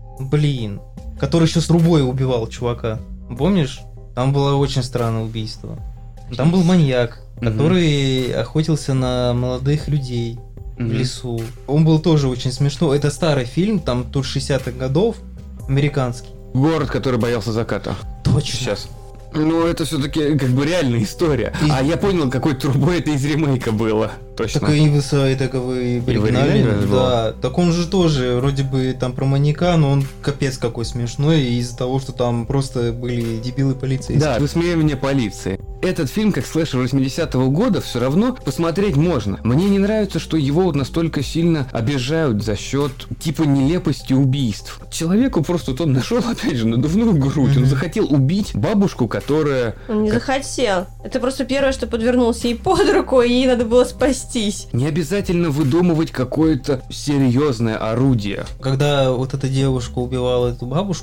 Блин. Который еще с трубой убивал чувака. Помнишь? Там было очень странное убийство. Там был маньяк, Мгм. который охотился на молодых людей в Мгм. лесу. Он был тоже очень смешной. Это старый фильм, там тут шестидесятых годов, американский. Город, который боялся заката. Точно. Сейчас. Ну, это все-таки как бы реальная история. И- А я понял, какой трубой это из ремейка было. Точно. Так и в и таковой в И в оригинале, оригинале да. Так он же тоже вроде бы там про маньяка, но он капец какой смешной из-за того, что там просто были дебилы полицейские. Да, высмеивание полиции. Этот фильм, как слэшер восьмидесятого года, все равно посмотреть можно. Мне не нравится, что его вот настолько сильно обижают за счет типа нелепости убийств. Человеку просто вот он нашел, опять же, надувную грудь. Он Мгм. захотел убить бабушку, которая... Он не Как- захотел. Это просто первое, что подвернулось ей под руку, и ей надо было спастись. Не обязательно выдумывать какое-то серьезное орудие. Когда вот эта девушка убивала эту бабушку,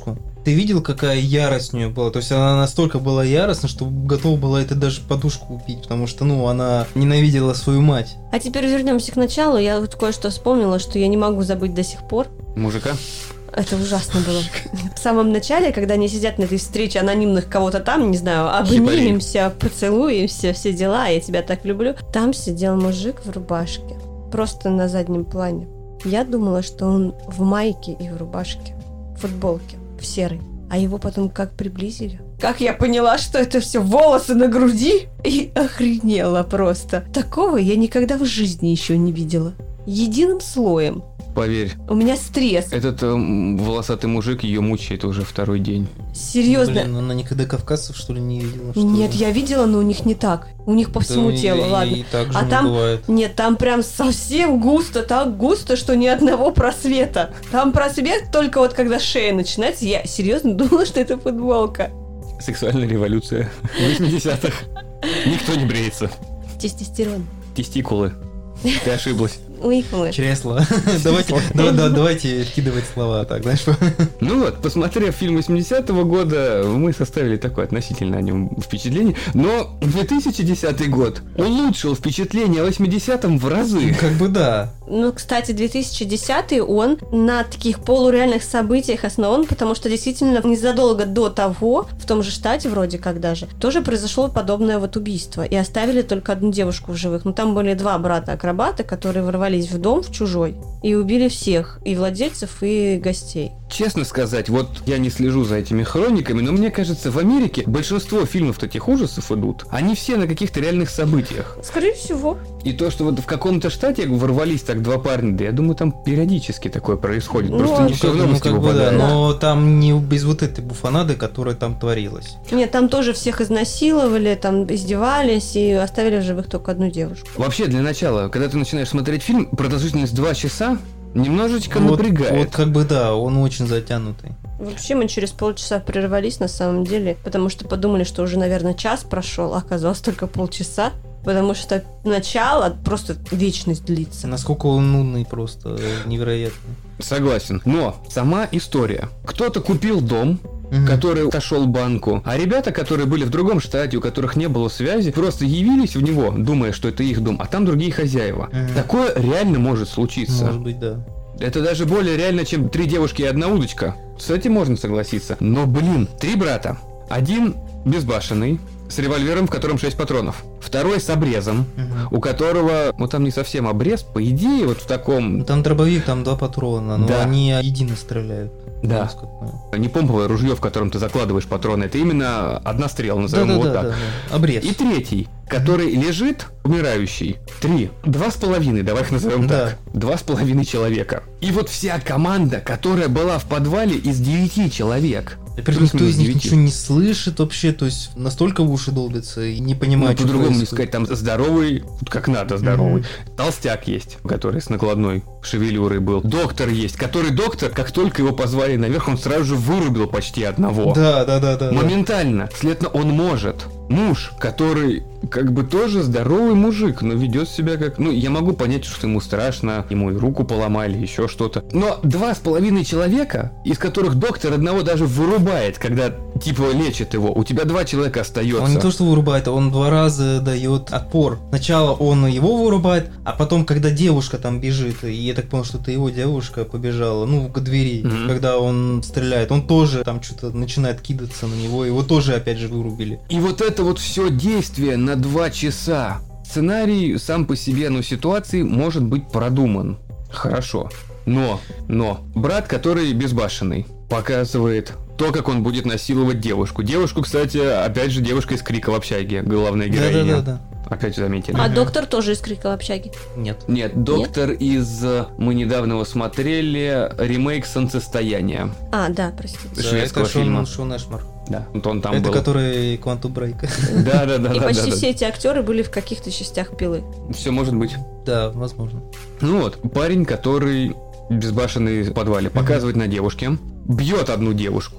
ты видел, какая ярость у нее была? То есть она настолько была яростна, что готова была это даже подушку убить, потому что, ну, она ненавидела свою мать. А теперь вернемся к началу. Я вот кое-что вспомнила, что я не могу забыть до сих пор. Мужика? Это ужасно было. В самом начале, когда они сидят на этой встрече анонимных кого-то там, не знаю, обнимемся, поцелуемся, все дела, я тебя так люблю. Там сидел мужик в рубашке. Просто на заднем плане. Я думала, что он в майке и в рубашке. В футболке. В серой. А его потом как приблизили. Как я поняла, что это все волосы на груди, и охренела просто. Такого я никогда в жизни еще не видела. Единым слоем. Поверь. У меня стресс. Этот э, волосатый мужик ее мучает уже второй день. Серьезно? Блин, она никогда кавказцев, что ли, не видела? Что Нет, ли? я видела, но у них не так. У них по всему Да, телу, и, ладно. И так же А не там, бывает. нет, там прям совсем густо, так густо, что ни одного просвета. Там просвет только вот когда шея начинается. Я серьезно думала, что это футболка. Сексуальная революция восьмидесятых. Никто не бреется. Тестостерон. Тестикулы. Ты ошиблась. Ой, малыш. Чресло. давайте, да, да, давайте вкидывать слова так, знаешь. Ну вот, посмотрев фильм восьмидесятого года, мы составили такое относительно о нем впечатление. Но две тысячи десятый год улучшил впечатление о восьмидесятом в разы. Как бы да. Ну, кстати, две тысячи десятый он на таких полуреальных событиях основан, потому что действительно незадолго до того, в том же штате вроде как даже, тоже произошло подобное вот убийство. И оставили только одну девушку в живых. Ну, там были два брата-акробата, которые ворвались в дом в чужой и убили всех, и владельцев, и гостей. Честно сказать, вот я не слежу за этими хрониками, но мне кажется, в Америке большинство фильмов таких ужасов идут, они все на каких-то реальных событиях. Скорее всего. И то, что вот в каком-то штате ворвались так два парня, да я думаю, там периодически такое происходит. Ну, Просто ну, не все в Ну, новости как бы да, попадает. но там не без вот этой буфонады, которая там творилась. Нет, там тоже всех изнасиловали, там издевались и оставили в живых только одну девушку. Вообще, для начала, когда ты начинаешь смотреть фильм, продолжительность два часа немножечко Вот, напрягает. вот как бы да, он очень затянутый. Вообще мы через полчаса прервались на самом деле, потому что подумали, что уже, наверное, час прошел, а оказалось только полчаса, потому что начало просто вечность длится. Насколько он нудный просто, невероятно. Согласен. Но сама история. Кто-то купил дом, Мгм. который отошел банку, а ребята, которые были в другом штате, у которых не было связи, просто явились в него, думая, что это их дом, а там другие хозяева. Мгм. Такое реально может случиться. Может быть, да. Это даже более реально, чем три девушки и одна удочка. С этим можно согласиться. Но, блин, три брата. Один безбашенный, с револьвером, в котором шесть патронов. Второй с обрезом, Мгм. у которого, ну там не совсем обрез, по идее, вот в таком... Ну, там дробовик, там два патрона, но Да. они едино стреляют. Да. Насколько я понял. Не помповое ружье, в котором ты закладываешь патроны, это именно одна стрела, назовем его вот Да-да-да, так. да. Обрез. И третий, который лежит, умирающий. Три. Два с половиной, давай их назовем Да. так. Два с половиной человека. И вот вся команда, которая была в подвале из девяти человек. И при этом никто Плюс-минус из них девяти. ничего не слышит вообще, то есть настолько в уши долбится и не Ну, понимает, что по-другому не происходит. сказать, там здоровый, вот как надо здоровый. Толстяк есть, который с накладной шевелюрой был. Доктор есть, который доктор, как только его позвали наверх, он сразу же вырубил почти одного. Да, да, да, да. да. Моментально. Следовательно, он может. Муж, который как бы тоже здоровый мужик, но ведет себя как... Ну, я могу понять, что ему страшно, ему и руку поломали, еще что-то. Но два с половиной человека, из которых доктор одного даже вырубает, когда типа лечит его, у тебя два человека остается. Он не то что вырубает, он два раза дает отпор. Сначала он его вырубает, а потом, когда девушка там бежит, и я так понял, что это его девушка побежала, ну, к двери, Мгм. когда он стреляет, он тоже там что-то начинает кидаться на него, его тоже опять же вырубили. И вот это вот все действие на два часа. Сценарий сам по себе, ну, ситуации может быть продуман. Хорошо. Но, но, брат, который безбашенный, показывает то, как он будет насиловать девушку. Девушку, кстати, опять же, девушка из Крика в общаге, главная героиня. Да-да-да. Опять заметили. А Мгм. доктор тоже из Крика в общаге. Нет. Нет, доктор из... э, Мы недавно его смотрели, ремейк «Солнцестояния». А, да, простите. Да, Шведского это Шон, фильма. Шон Эшмар. Да, вот он там это был. который Quantum Break. Да, да, да, И да, почти да, все эти актеры были в каких-то частях пилы. Все может быть. Да, возможно. Ну вот, парень, который безбашенный в подвале, показывает на девушке, бьет одну девушку,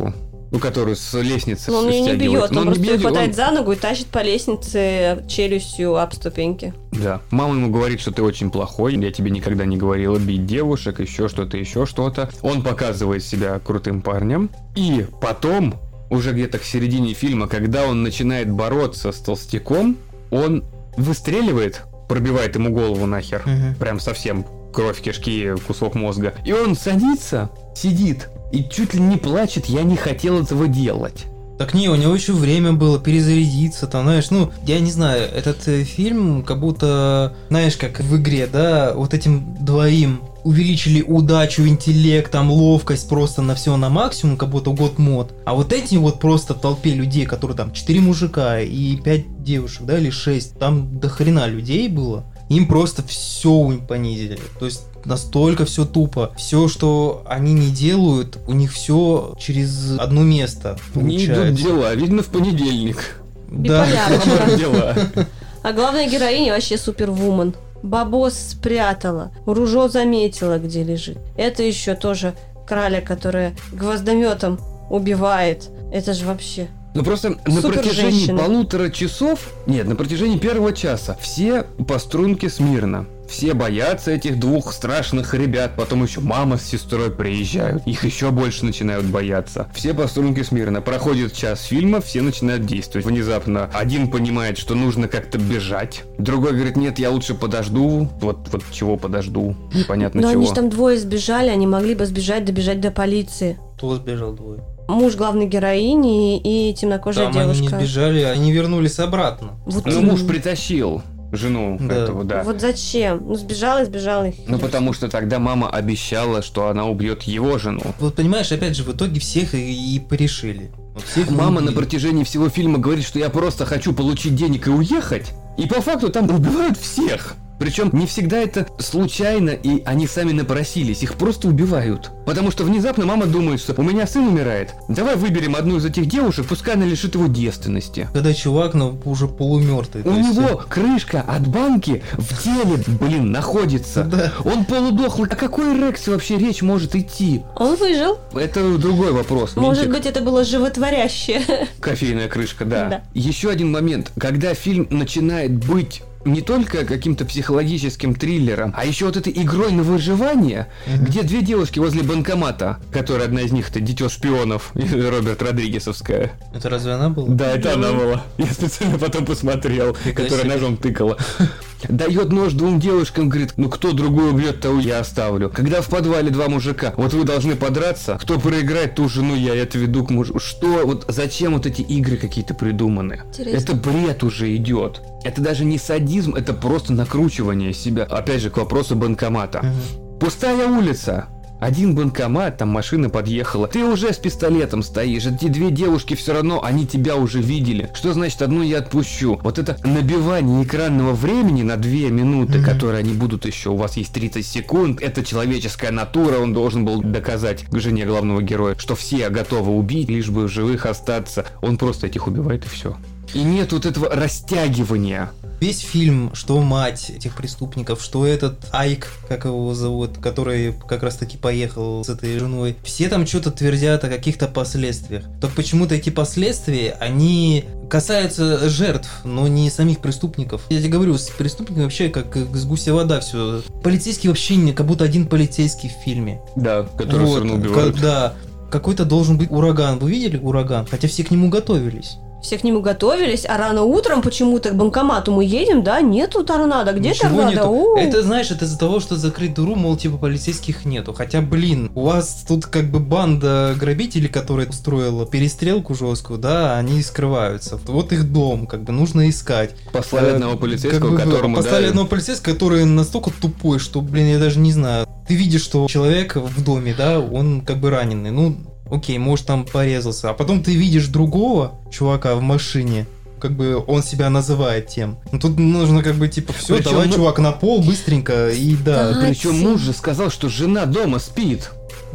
ну, которую с лестницы Но он ее не стягивает. бьет, он, он просто не ее бьет, хватает он- за ногу и тащит по лестнице челюстью об ступеньки. Да. Мама ему говорит, что ты очень плохой, я тебе никогда не говорила бить девушек, еще что-то, еще что-то. Он показывает себя крутым парнем. И потом, уже где-то к середине фильма, когда он начинает бороться с толстяком, он выстреливает, пробивает ему голову нахер. Мгм. Прям совсем кровь, кишки, кусок мозга. И он садится, сидит и чуть ли не плачет, я не хотел этого делать. Так не, у него еще время было перезарядиться, там, знаешь, ну, я не знаю, этот э, фильм как будто, знаешь, как в игре, да, вот этим двоим увеличили удачу, интеллект, там, ловкость просто на все на максимум, как будто год мод. А вот эти вот просто толпе людей, которые там четыре мужика и пять девушек, да, или шесть, там до хрена людей было, им просто все понизили. То есть настолько все тупо. Все, что они не делают, у них все через одно место Не идут получается. дела, видно в понедельник. Да. Биполярочка. Нормально дела. А главная героиня вообще супервумен. Бабос спрятала, ружо заметила, где лежит. Это еще тоже краля, которая гвоздометом убивает. Это же вообще... Ну просто на Супер протяжении женщина. полутора часов, нет, на протяжении первого часа все по струнке смирно. Все боятся этих двух страшных ребят, потом еще мама с сестрой приезжают, их еще больше начинают бояться. Все по струнке смирно. Проходит час фильма, все начинают действовать. Внезапно один понимает, что нужно как-то бежать, другой говорит, нет, я лучше подожду. Вот, вот чего подожду, непонятно Но чего. они же там двое сбежали, они могли бы сбежать, добежать до полиции. Кто сбежал двое? Муж главной героини и темнокожая Там девушка. они не сбежали, они вернулись обратно. Вот Ну, именно. муж притащил жену Да. этого, да. Вот зачем? Ну, сбежала и сбежала их. Ну, потому что тогда мама обещала, что она убьет его жену. Вот понимаешь, опять же, в итоге всех и, и порешили. Вот всех Мама убили. на протяжении всего фильма говорит, что я просто хочу получить денег и уехать. И по факту там убивают всех. Причем не всегда это случайно, и они сами напросились, их просто убивают. Потому что внезапно мама думает, что у меня сын умирает, давай выберем одну из этих девушек, пускай она лишит его девственности. Когда чувак, ну, уже полумертвый. У него крышка от банки в теле, блин, находится. Да. Он полудохлый. О какой эрекции вообще речь может идти? Он выжил. Это другой вопрос. Может Ментик. быть, это было животворящее. Кофейная крышка, да. Да. Еще один момент. Когда фильм начинает быть не только каким-то психологическим триллером, а еще вот этой игрой на выживание, Мгм. где две девушки возле банкомата, которая одна из них это дитё шпионов, Роберт Родригесовская. Это разве она была? Да, это она была. Я специально потом посмотрел, Фига которая себе. ножом тыкала. Дает нож двум девушкам, говорит, ну кто другую убьет, того я оставлю. Когда в подвале два мужика, вот вы должны подраться, кто проиграет, ту жену я это веду к мужу. Что, вот зачем вот эти игры какие-то придуманы? Интересно. Это бред уже идет. Это даже не садизм, это просто накручивание себя. Опять же, к вопросу банкомата. Мгм. Пустая улица. Один банкомат, там машина подъехала. Ты уже с пистолетом стоишь. Эти две девушки все равно, они тебя уже видели. Что значит одну я отпущу? Вот это набивание экранного времени на две минуты, Мгм. которые они будут еще. У вас есть тридцать секунд. Это человеческая натура. Он должен был доказать к жене главного героя, что все готовы убить, лишь бы в живых остаться. Он просто этих убивает и все. И нет вот этого растягивания. Весь фильм, что мать этих преступников, что этот Айк, как его зовут, который как раз таки поехал с этой женой, все там что-то твердят о каких-то последствиях. Так почему-то эти последствия, они касаются жертв, но не самих преступников. Я тебе говорю, с преступниками вообще как с гуся вода все. Полицейский вообще не, как будто один полицейский в фильме. Да, который все равно убивают. ка- да, какой-то должен быть ураган. Вы видели ураган? Хотя все к нему готовились. Все к нему готовились, а рано утром почему-то к банкомату мы едем, да, нету торнадо, где Ничего торнадо? нету. У. Это, знаешь, это из-за того, что закрыть дыру, мол, типа полицейских нету. Хотя, блин, у вас тут как бы банда грабителей, которая устроила перестрелку жесткую, да, они скрываются. Вот их дом, как бы нужно искать. Послали Э, одного полицейского, как бы, которому Послали дали- одного полицейского, который настолько тупой, что, блин, я даже не знаю. Ты видишь, что человек в доме, да, он как бы раненый. Ну, окей, может там порезался. А потом ты видишь другого чувака в машине, как бы он себя называет тем. Ну тут нужно как бы типа все, Причем давай, мы- чувак, на пол быстренько и да. Да. Причем муж же сказал, что жена дома спит.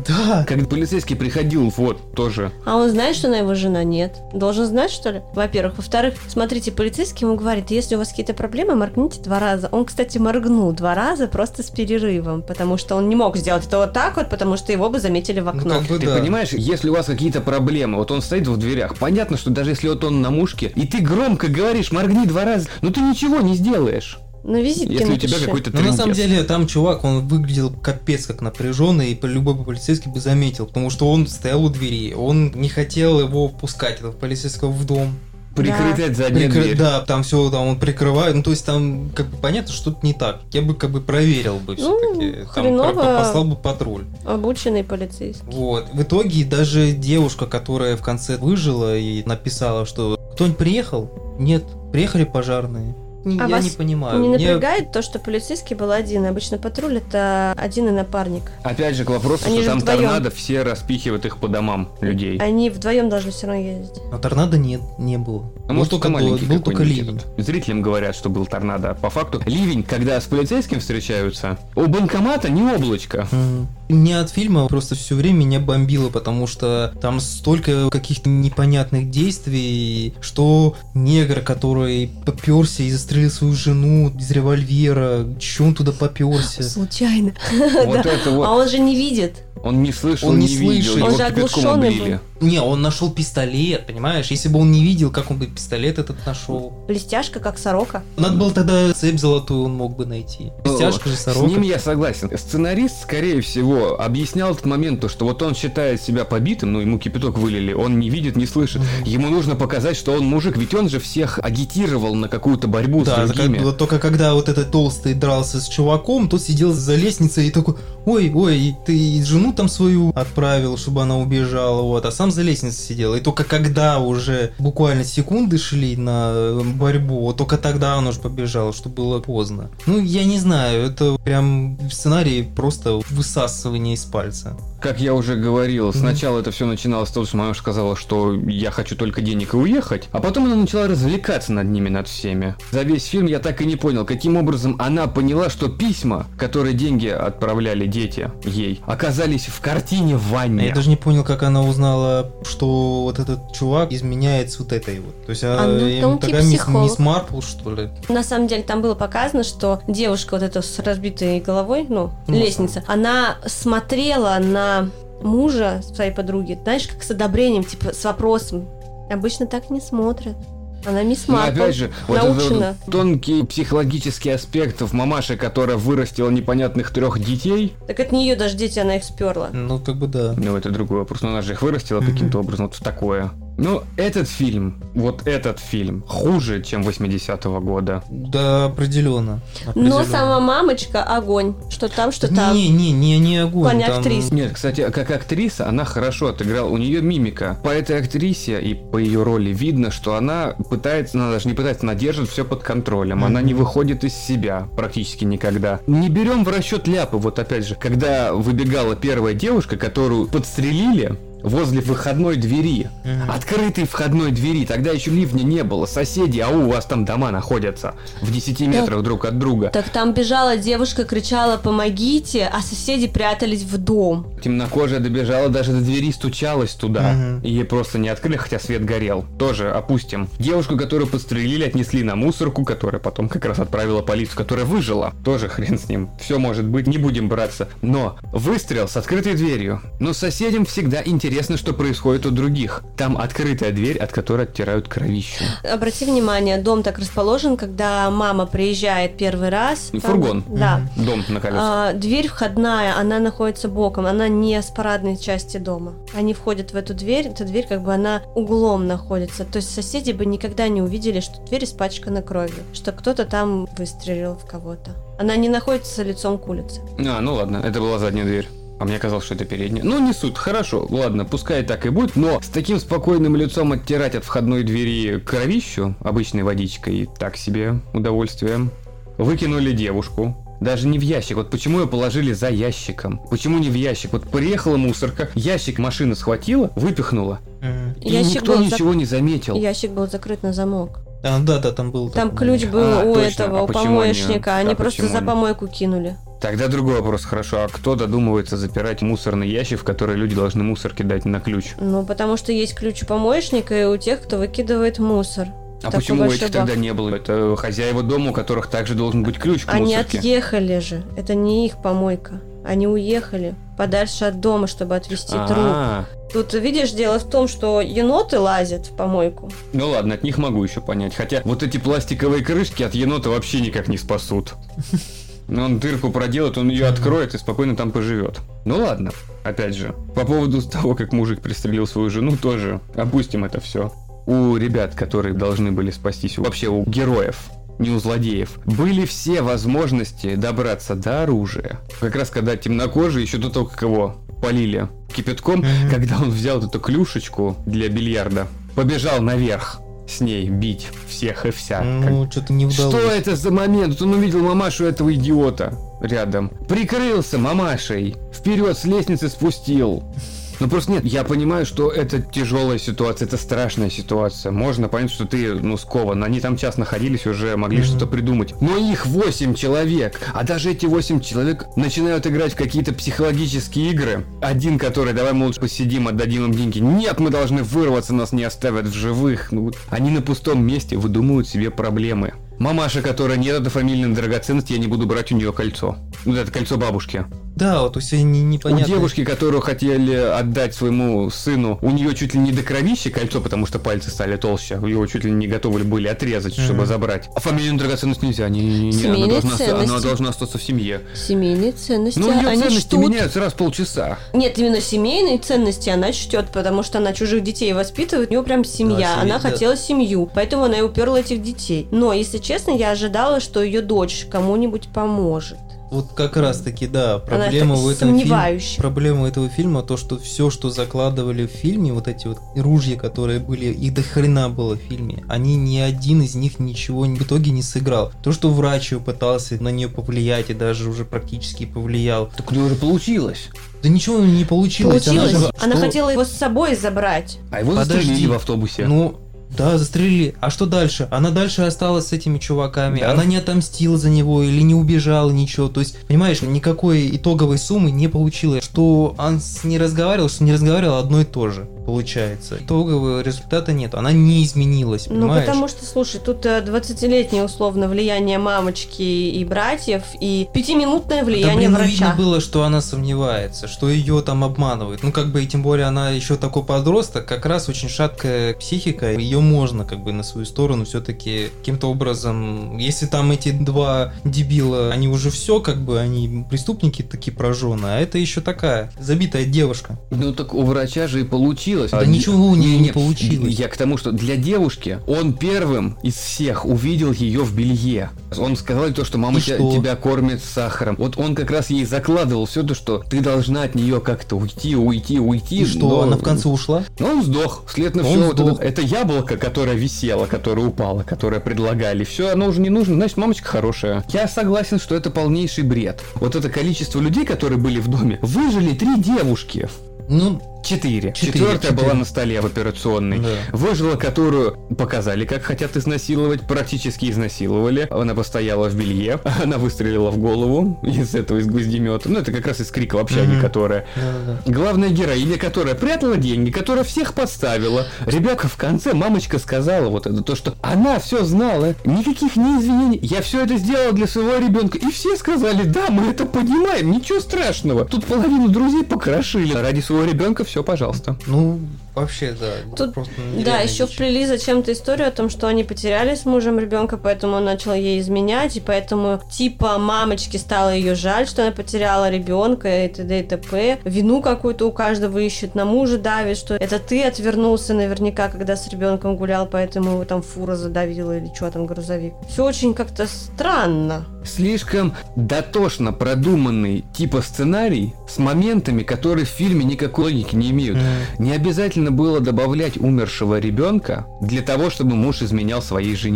Да. Когда полицейский приходил, вот, тоже. А он знает, что она его жена? Нет. Должен знать, что ли? Во-первых. Во-вторых, смотрите, полицейский ему говорит, если у вас какие-то проблемы, моргните два раза. Он, кстати, моргнул два раза просто с перерывом, потому что он не мог сделать это вот так вот, потому что его бы заметили в окно. Ну, как бы Ты да. понимаешь, если у вас какие-то проблемы, вот он стоит в дверях, понятно, что даже если вот он на мушке, и ты громко говоришь, моргни два раза, но ты ничего не сделаешь. На визитке Если у тебя напиши. какой-то Ну, на трындец. самом деле, там чувак, он выглядел капец как напряженный, и любой бы полицейский бы заметил, потому что он стоял у двери, он не хотел его впускать, этого полицейского, в дом. Прикрыть заднюю Прикры- дверь. Да, там все, там он прикрывает, ну то есть там как бы понятно, что что-то не так. Я бы как бы проверил бы Ну, все-таки, там хреново. про- послал бы патруль. Обученный полицейский. Вот. В итоге даже девушка, которая в конце выжила и написала, что кто-нибудь приехал? Нет, приехали пожарные. Не- А я вас не понимаю. Не Мне- напрягает то, что полицейский был один. Обычно патруль это один и напарник. Опять же, к вопросу, Они что же там вдвоем. торнадо, все распихивают их по домам людей. Они вдвоем должны все равно ездить. А торнадо нет, не было. А был может, только, это маленький дождь, был только какой-нибудь ливень. этот. Зрителям говорят, что был торнадо. А по факту, ливень, когда с полицейским встречаются, у банкомата не облачко. Мгм. Мне от фильма просто все время меня бомбило, потому что там столько каких-то непонятных действий, что негр, который поперся и застрелил свою жену из револьвера, че он туда поперся? Случайно. Вот Да. это А вот. он же не видит. Он не слышал, Он не, не видел, слышит. его Он же кипятком оглушённый облили. Не, он нашел пистолет, понимаешь? Если бы он не видел, как он бы пистолет этот нашел. Блестяшка, как сорока. Надо было тогда цепь золотую он мог бы найти. Стяжка же С сорока. ним я согласен. Сценарист, скорее всего, объяснял этот момент, то, что вот он считает себя побитым, ну, ему кипяток вылили, он не видит, не слышит. Мгм. Ему нужно показать, что он мужик, ведь он же всех агитировал на какую-то борьбу Да, с другими. как- вот только когда вот этот толстый дрался с чуваком, тот сидел за лестницей и такой, ой, ой, ты жену там свою отправил, чтобы она убежала, вот, а сам за лестницей сидел. И только когда уже буквально секунды шли на борьбу, вот только тогда он уже побежал, что было поздно. Ну, я не знаю, это прям сценарий просто высасывание из пальца. Как я уже говорил, Мгм. сначала это все начиналось с того, что мама сказала, что я хочу только денег и уехать, а потом она начала развлекаться над ними, над всеми. За весь фильм я так и не понял, каким образом она поняла, что письма, которые деньги отправляли дети ей, оказались в картине в ванне. Я даже не понял, как она узнала, что вот этот чувак изменяет с вот этой вот. То есть, А, а, ну, им тонкий тогда мисс, психолог. мисс Марпл, что ли? На самом деле там было показано, что девушка вот эта с разбитой головой, ну, Ну, лестница, она смотрела на мужа своей подруги, знаешь, как с одобрением, типа с вопросом. Обычно так не смотрят. Она мисс Но Марпл, опять же, вот этот научена. вот тонкий психологический аспект в мамаше, которая вырастила непонятных трех детей, Так от нее даже дети, она их сперла. Ну, как бы да. ну это другой вопрос, но она же их вырастила Мгм. каким-то образом, вот в такое. Ну, этот фильм, вот этот фильм, хуже, чем восьмидесятого года. Да, определенно. Но сама мамочка огонь. Что там, что там. Не, не, не, не огонь. В плане там- актрис. Нет, кстати, как актриса она хорошо отыграла, у нее мимика. По этой актрисе и по ее роли видно, что она пытается, она даже не пытается, она держит все под контролем, она Мгм. не выходит из себя практически никогда. Не берем в расчет ляпы, вот опять же, когда выбегала первая девушка, которую подстрелили возле выходной двери, Мгм. открытой входной двери, тогда еще ливня не было, соседи, а у вас там дома находятся в десяти метрах друг от друга. Так там бежала девушка, кричала «помогите», а соседи прятались в дом. Темнокожая добежала даже до двери, стучалась туда. Мгм. И ей просто не открыли, хотя свет горел. Тоже опустим. Девушку, которую подстрелили, отнесли на мусорку, которая потом как раз отправила полицию, которая выжила. Тоже хрен с ним. Все может быть, не будем браться. Но выстрел с открытой дверью. Но соседям всегда интересно, что происходит у других. Там открытая дверь, от которой оттирают кровищу. Обрати внимание, дом так расположен, когда мама приезжает первый раз. там- Фургон. Да. Дом на колесах. А, дверь входная, она находится боком, она не с парадной части дома. Они входят в эту дверь, эта дверь как бы она углом находится. То есть соседи бы никогда не увидели, что дверь испачкана кровью, что кто-то там выстрелил в кого-то. Она не находится лицом к улице. А, ну ладно, это была задняя дверь. А мне казалось, что это передняя. Ну, не суть, хорошо, ладно, пускай так и будет, но с таким спокойным лицом оттирать от входной двери кровищу обычной водичкой, так себе удовольствие. Выкинули девушку. Даже не в ящик. Вот почему ее положили за ящиком? Почему не в ящик? Вот приехала мусорка, ящик машина схватила, выпихнула, Мгм. и Ящик никто был ничего не заметил. Ящик был закрыт на замок. А, да, да, там был. Там такой ключ момент. был А, у точно. этого, А у почему помоечника. они- Они а просто почему за они? помойку кинули. Тогда другой вопрос, хорошо, а кто додумывается запирать мусорный ящик, в который люди должны мусор кидать на ключ? Ну, потому что есть ключ у помоечника и у тех, кто выкидывает мусор. А Такой почему у этих большой тогда бак. не было? Это хозяева дома, у которых также должен быть ключ к Они мусорке. отъехали же. Это не их помойка. Они уехали подальше от дома, чтобы отвезти труп. А, Тут, видишь, дело в том, что еноты лазят в помойку. ну ладно, от них могу еще понять. Хотя вот эти пластиковые крышки от енота вообще никак не спасут. Но он дырку проделает, он ее откроет и спокойно там поживет. Ну ладно, опять же, по поводу того, как мужик пристрелил свою жену, тоже опустим это все. У ребят, которые должны были спастись, вообще у героев, не у злодеев, были все возможности добраться до оружия. Как раз когда темнокожий, еще до того, как его полили кипятком, mm-hmm. когда он взял эту клюшечку для бильярда, побежал наверх с ней бить всех и вся. Ну, как... что-то не удалось. Что это за момент? Он увидел мамашу этого идиота рядом. Прикрылся мамашей. Вперед с лестницы спустил. Ну просто нет, я понимаю, что это тяжелая ситуация, это страшная ситуация. Можно понять, что ты, ну, скован. Они там час находились, уже могли mm-hmm. что-то придумать. Но их восемь человек. А даже эти восемь человек начинают играть в какие-то психологические игры. Один, который, давай мы лучше посидим, отдадим им деньги. Нет, мы должны вырваться, нас не оставят в живых. Ну, они на пустом месте выдумывают себе проблемы. Мамаша, которая нет, это фамильная драгоценность, я не буду брать у нее кольцо. Ну, это кольцо бабушки. Да, вот у себя не, непонятно. У девушки, которую хотели отдать своему сыну, у нее чуть ли не до кровища кольцо, потому что пальцы стали толще. Его чуть ли не готовы были отрезать, mm-hmm. чтобы забрать. А фамильную драгоценность нельзя. Не, не, не, она, должна, она должна остаться в семье. Семейные ценности. Ну, ее они ценности чтут... меняются раз в полчаса. Нет, именно семейные ценности она чтет, потому что она чужих детей воспитывает. У нее прям семья. Да, она семья, хотела семью. Поэтому она и уперла этих детей. Но, если честно, я ожидала, что ее дочь кому-нибудь поможет. Вот как раз таки, да, проблема в этом фильме, проблема этого фильма, то, что все, что закладывали в фильме, вот эти вот ружья, которые были, их до хрена было в фильме, они ни один из них ничего в итоге не сыграл. То, что врач пытался на нее повлиять и даже уже практически повлиял. Так у нее уже получилось. Да ничего не получилось. Получилось. Она, же, она что... хотела его с собой забрать. А его Подожди. застрелили в автобусе. Ну... Да, застрелили. А что дальше? Она дальше осталась с этими чуваками. Да. Она не отомстила за него или не убежала, ничего. То есть, понимаешь, никакой итоговой суммы не получилось. Что он с ней разговаривал, что не разговаривал, одно и то же получается. Итогового результата нет. Она не изменилась, понимаешь? Ну, потому что, слушай, тут двадцатилетнее условно влияние мамочки и братьев, и пятиминутное влияние да, блин, врача. видно было, что она сомневается, что ее там обманывают. Ну, как бы, и тем более она еще такой подросток, как раз очень шаткая психика, ее можно как бы на свою сторону все-таки каким-то образом, если там эти два дебила, они уже все как бы, они преступники такие прожженные, а это еще такая забитая девушка. Ну так у врача же и получилось. Да а, ничего у нее не, не получилось. Я к тому, что для девушки он первым из всех увидел ее в белье. Он сказал то, что мама тебя, тебя кормит сахаром. Вот он как раз ей закладывал все то, что ты должна от нее как-то уйти, уйти, уйти. И что, но... она в конце ушла? Ну, он сдох. След на все. Вот это, это яблоко, которое висело, которое упало, которое предлагали. Все, оно уже не нужно. Значит, мамочка хорошая. Я согласен, что это полнейший бред. Вот это количество людей, которые были в доме, выжили три девушки. Ну, Четыре. Четыре. Четвертая Четыре. была на столе в операционной. Да. Выжила, которую показали, как хотят изнасиловать, практически изнасиловали. Она постояла в белье, она выстрелила в голову из этого, из гвоздемета. Ну, это как раз из крика в общаге, mm-hmm. которая. Да-да-да. Главная героиня, которая прятала деньги, которая всех подставила. Ребята, в конце мамочка сказала вот это, то, что она все знала, никаких не извинений. Я все это сделала для своего ребенка. И все сказали, да, мы это понимаем, ничего страшного. Тут половину друзей покрошили. Ради своего ребенка все, пожалуйста. Ну, вообще, да. Тут, да, еще вплели зачем-то историю о том, что они потеряли с мужем ребенка, поэтому он начал ей изменять, и поэтому типа мамочке стало ее жаль, что она потеряла ребенка, и т.д. и т.п. Вину какую-то у каждого ищет, на мужа давит, что это ты отвернулся наверняка, когда с ребенком гулял, поэтому его там фура задавила или что там, грузовик. Все очень как-то странно. Слишком дотошно продуманный типа сценарий с моментами, которые в фильме никакой логики не имеют. Mm. Не обязательно было добавлять умершего ребенка для того, чтобы муж изменял своей жене.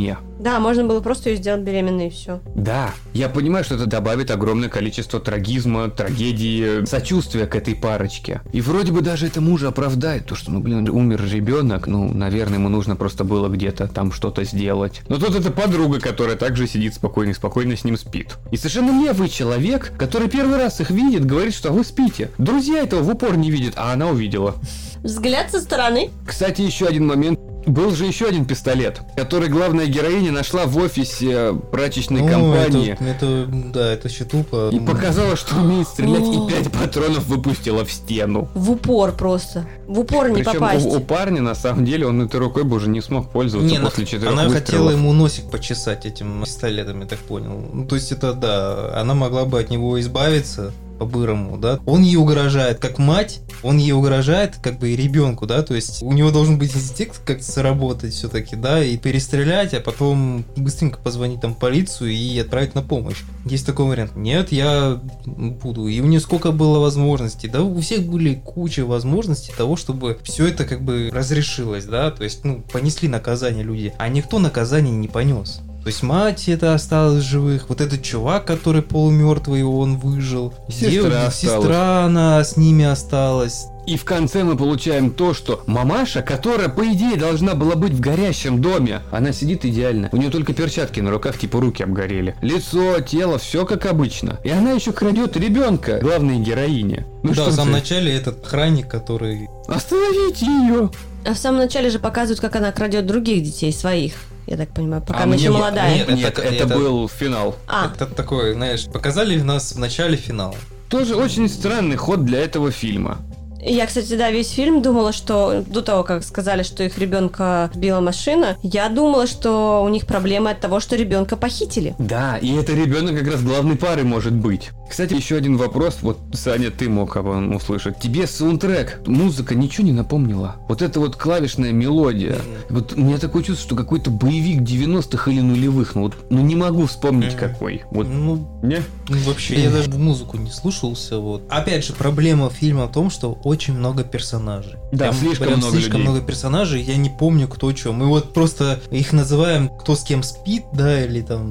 Да, можно было просто ее сделать беременной и все. Да, я понимаю, что это добавит огромное количество трагизма, трагедии, сочувствия к этой парочке. И вроде бы даже это мужа оправдает, то что, ну блин, умер ребенок, ну, наверное, ему нужно просто было где-то там что-то сделать. Но тут это подруга, которая также сидит спокойно и спокойно с ним спит. И совершенно левый человек, который первый раз их видит, говорит, что вы спите. Друзья этого в упор не видят, а она увидела. Взгляд со стороны. Кстати, еще один момент. Был же еще один пистолет, который главная героиня нашла в офисе прачечной Ну, компании. Это, это, да, это еще тупо. И показала, что умеет стрелять, О. и пять патронов выпустила в стену. В упор просто. В упор не Причем попасть. у, у парня, на самом деле, он этой рукой бы уже не смог пользоваться Не, после она- четырех она выстрелов. хотела ему носик почесать этим пистолетом, я так понял. Ну, то есть это, да, она могла бы от него избавиться по-бырому, да. Он ей угрожает как мать, он ей угрожает как бы и ребенку, да, то есть у него должен быть инстинкт как-то сработать все-таки, да, и перестрелять, а потом быстренько позвонить там в полицию и отправить на помощь. Есть такой вариант. Нет, я буду. И у нее сколько было возможностей, да, у всех были куча возможностей того, чтобы все это как бы разрешилось, да, то есть, ну, понесли наказание люди, а никто наказание не понес. То есть мать это осталась в живых, вот этот чувак, который полумертвый, он выжил. Сестра Дев- осталась. сестра, она с ними осталась. И в конце мы получаем то, что мамаша, которая, по идее, должна была быть в горящем доме, она сидит идеально. У нее только перчатки на руках, типа руки обгорели. Лицо, тело, все как обычно. И она еще крадет ребенка, главной героине. Ну да, что в самом ты? начале этот охранник, который... Остановите ее! А в самом начале же показывают, как она крадет других детей, своих. Я так понимаю, пока А она мне- еще молодая. нет, Нет, это- это, это- был финал. А, Это такой, знаешь, показали нас в начале финала. Тоже очень странный ход для этого фильма. я, кстати, да, весь фильм думала, что до того, как сказали, что их ребенка сбила машина, я думала, что у них проблемы от того, что ребенка похитили. Да, и это ребенок как раз главной пары может быть. Кстати, еще один вопрос, вот, Саня, ты мог об этом услышать. Тебе саундтрек, музыка ничего не напомнила? Вот эта вот клавишная мелодия. Вот у меня такое чувство, что какой-то боевик девяностых или нулевых. Ну вот, ну не могу вспомнить Мгм. какой. Вот, Ну, не? ну, вообще, я даже в музыку не слушался. Вот. Опять же, проблема фильма в том, что очень много персонажей. Да, слишком много слишком людей. много персонажей, я не помню, кто что. Мы вот просто их называем, кто с кем спит, да, или там...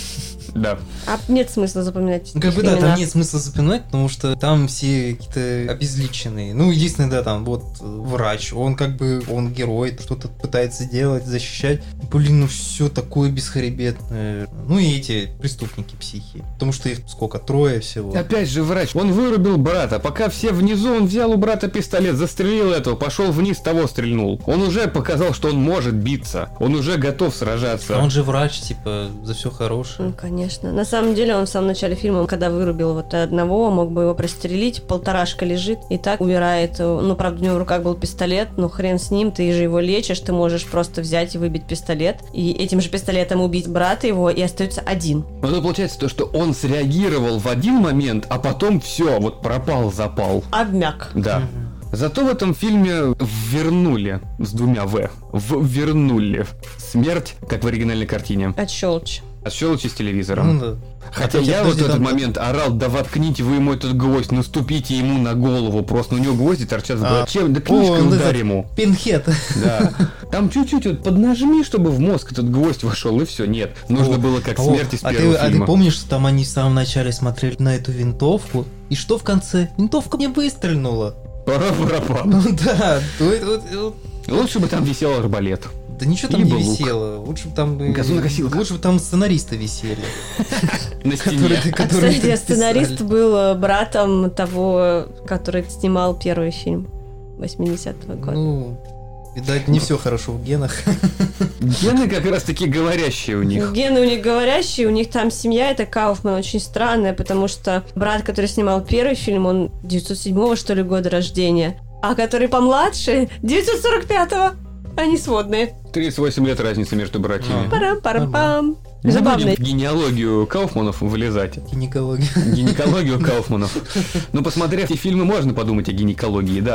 Да. А нет смысла запоминать Ну, как их бы да, имена. там нет смысла запоминать, потому что там все какие-то обезличенные. Ну, единственное, да, там вот э, врач, он как бы, он герой, что-то пытается делать, защищать. Блин, ну все такое бесхребетное. Ну и эти преступники психи. Потому что их сколько, трое всего. Опять же врач, он вырубил брата, пока все внизу, он взял у брата пистолет, застрелил этого, пошел вниз, того стрельнул. Он уже показал, что он может биться, он уже готов сражаться. Он же врач, типа, за все хорошее. Ну, конечно. На самом деле, он в самом начале фильма, когда вырубил вот одного, мог бы его пристрелить, полторашка лежит и так умирает. Ну, правда, у него в руках был пистолет, ну, хрен с ним, ты же его лечишь, ты можешь просто взять и выбить пистолет, и этим же пистолетом убить брата его, и остается один. Но тут получается то, что он среагировал в один момент, а потом все, вот пропал запал. Обмяк. Да. Мгм. Зато в этом фильме вернули с двумя В. В вернули смерть, как в оригинальной картине. От щелчи. От щелочи с Ну телевизором. да. Хотя А, я подожди, вот в этот там- момент орал, да воткните вы ему этот гвоздь, наступите ему на голову, просто у него гвозди торчат с А, головы. Чем? Да о, книжкой он ударь этот- ему. Пинхет. Да. Там чуть-чуть вот поднажми, чтобы в мозг этот гвоздь вошел, и все. Нет. Нужно О, было как о, смерть из а первого ты, а ты фильма. помнишь, что там они в самом начале смотрели на эту винтовку? И что в конце? Винтовка мне выстрельнула. Пара-пара-па. Ну да, то это вот- вот- Лучше бы там висел арбалет. да ничего там Либо не лук. висело. Лучше бы там бы... Газонокосилка. Лучше бы там сценаристы висели. На Которые, стене. А, которые кстати, так сценарист писали. был э, братом того, который снимал первый фильм восьмидесятого года. Ну, видать, не все хорошо в генах. Гены как раз таки говорящие у них. Гены у них говорящие, у них там семья, это Кауфман, очень странная, потому что брат, который снимал первый фильм, он девятьсот седьмого, что ли, года рождения, а который помладше, девятьсот сорок пятого. Они сводные. тридцать восемь лет разницы между братьями. А. Парам-парам-пам. Не Забавно. будем в генеалогию Кауфманов вылезать. Гинекология. Гинекологию Кауфманов. Но посмотрев эти фильмы, можно подумать о гинекологии, да.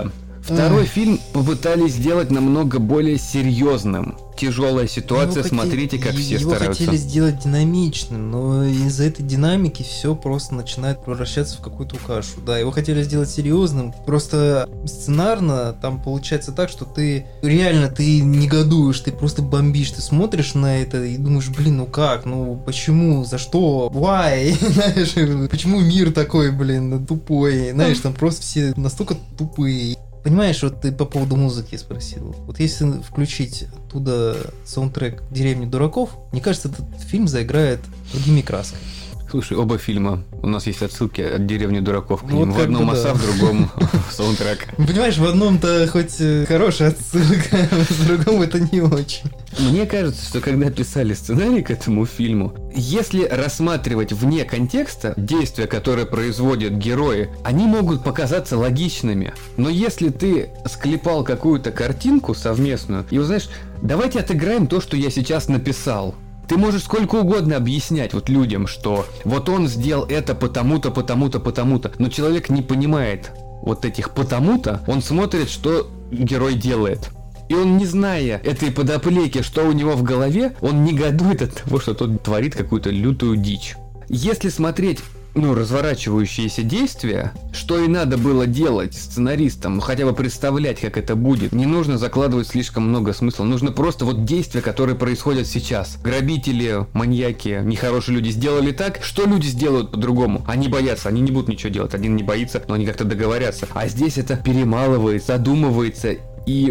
Второй фильм попытались сделать намного более серьезным. Тяжелая ситуация, Его смотрите, как хотели, все его стараются. хотели сделать динамичным, но из-за этой динамики все просто начинает превращаться в какую-то кашу. Да, его хотели сделать серьезным, просто сценарно там получается так, что ты реально ты негодуешь, ты просто бомбишь, ты смотришь на это и думаешь, блин, ну как, ну почему, за что, why, знаешь, почему мир такой, блин, тупой, знаешь, там просто все настолько тупые. Понимаешь, вот ты по поводу музыки спросил. Вот если включить оттуда саундтрек «Деревни дураков», мне кажется, этот фильм заиграет другими красками. Слушай, оба фильма, у нас есть отсылки от «Деревни дураков» к Вот ним. В как одном бы да. оса, в другом саундтрек. Понимаешь, в одном-то хоть э, хорошая отсылка, в другом это не очень. Мне кажется, что когда писали сценарий к этому фильму, если рассматривать вне контекста действия, которые производят герои, они могут показаться логичными. Но если ты склепал какую-то картинку совместную, и, вот, знаешь, давайте отыграем то, что я сейчас написал. Ты можешь сколько угодно объяснять вот людям, что вот он сделал это потому-то, потому-то, потому-то, но человек не понимает вот этих потому-то, он смотрит, что герой делает. И он, не зная этой подоплеки, что у него в голове, он негодует от того, что тот творит какую-то лютую дичь. Если смотреть, ну, разворачивающиеся действия, что и надо было делать сценаристам, ну, хотя бы представлять, как это будет, не нужно закладывать слишком много смысла, нужно просто вот действия, которые происходят сейчас. Грабители, маньяки, нехорошие люди сделали так, что люди сделают по-другому. Они боятся, они не будут ничего делать, один не боится, но они как-то договорятся. А здесь это перемалывается, задумывается и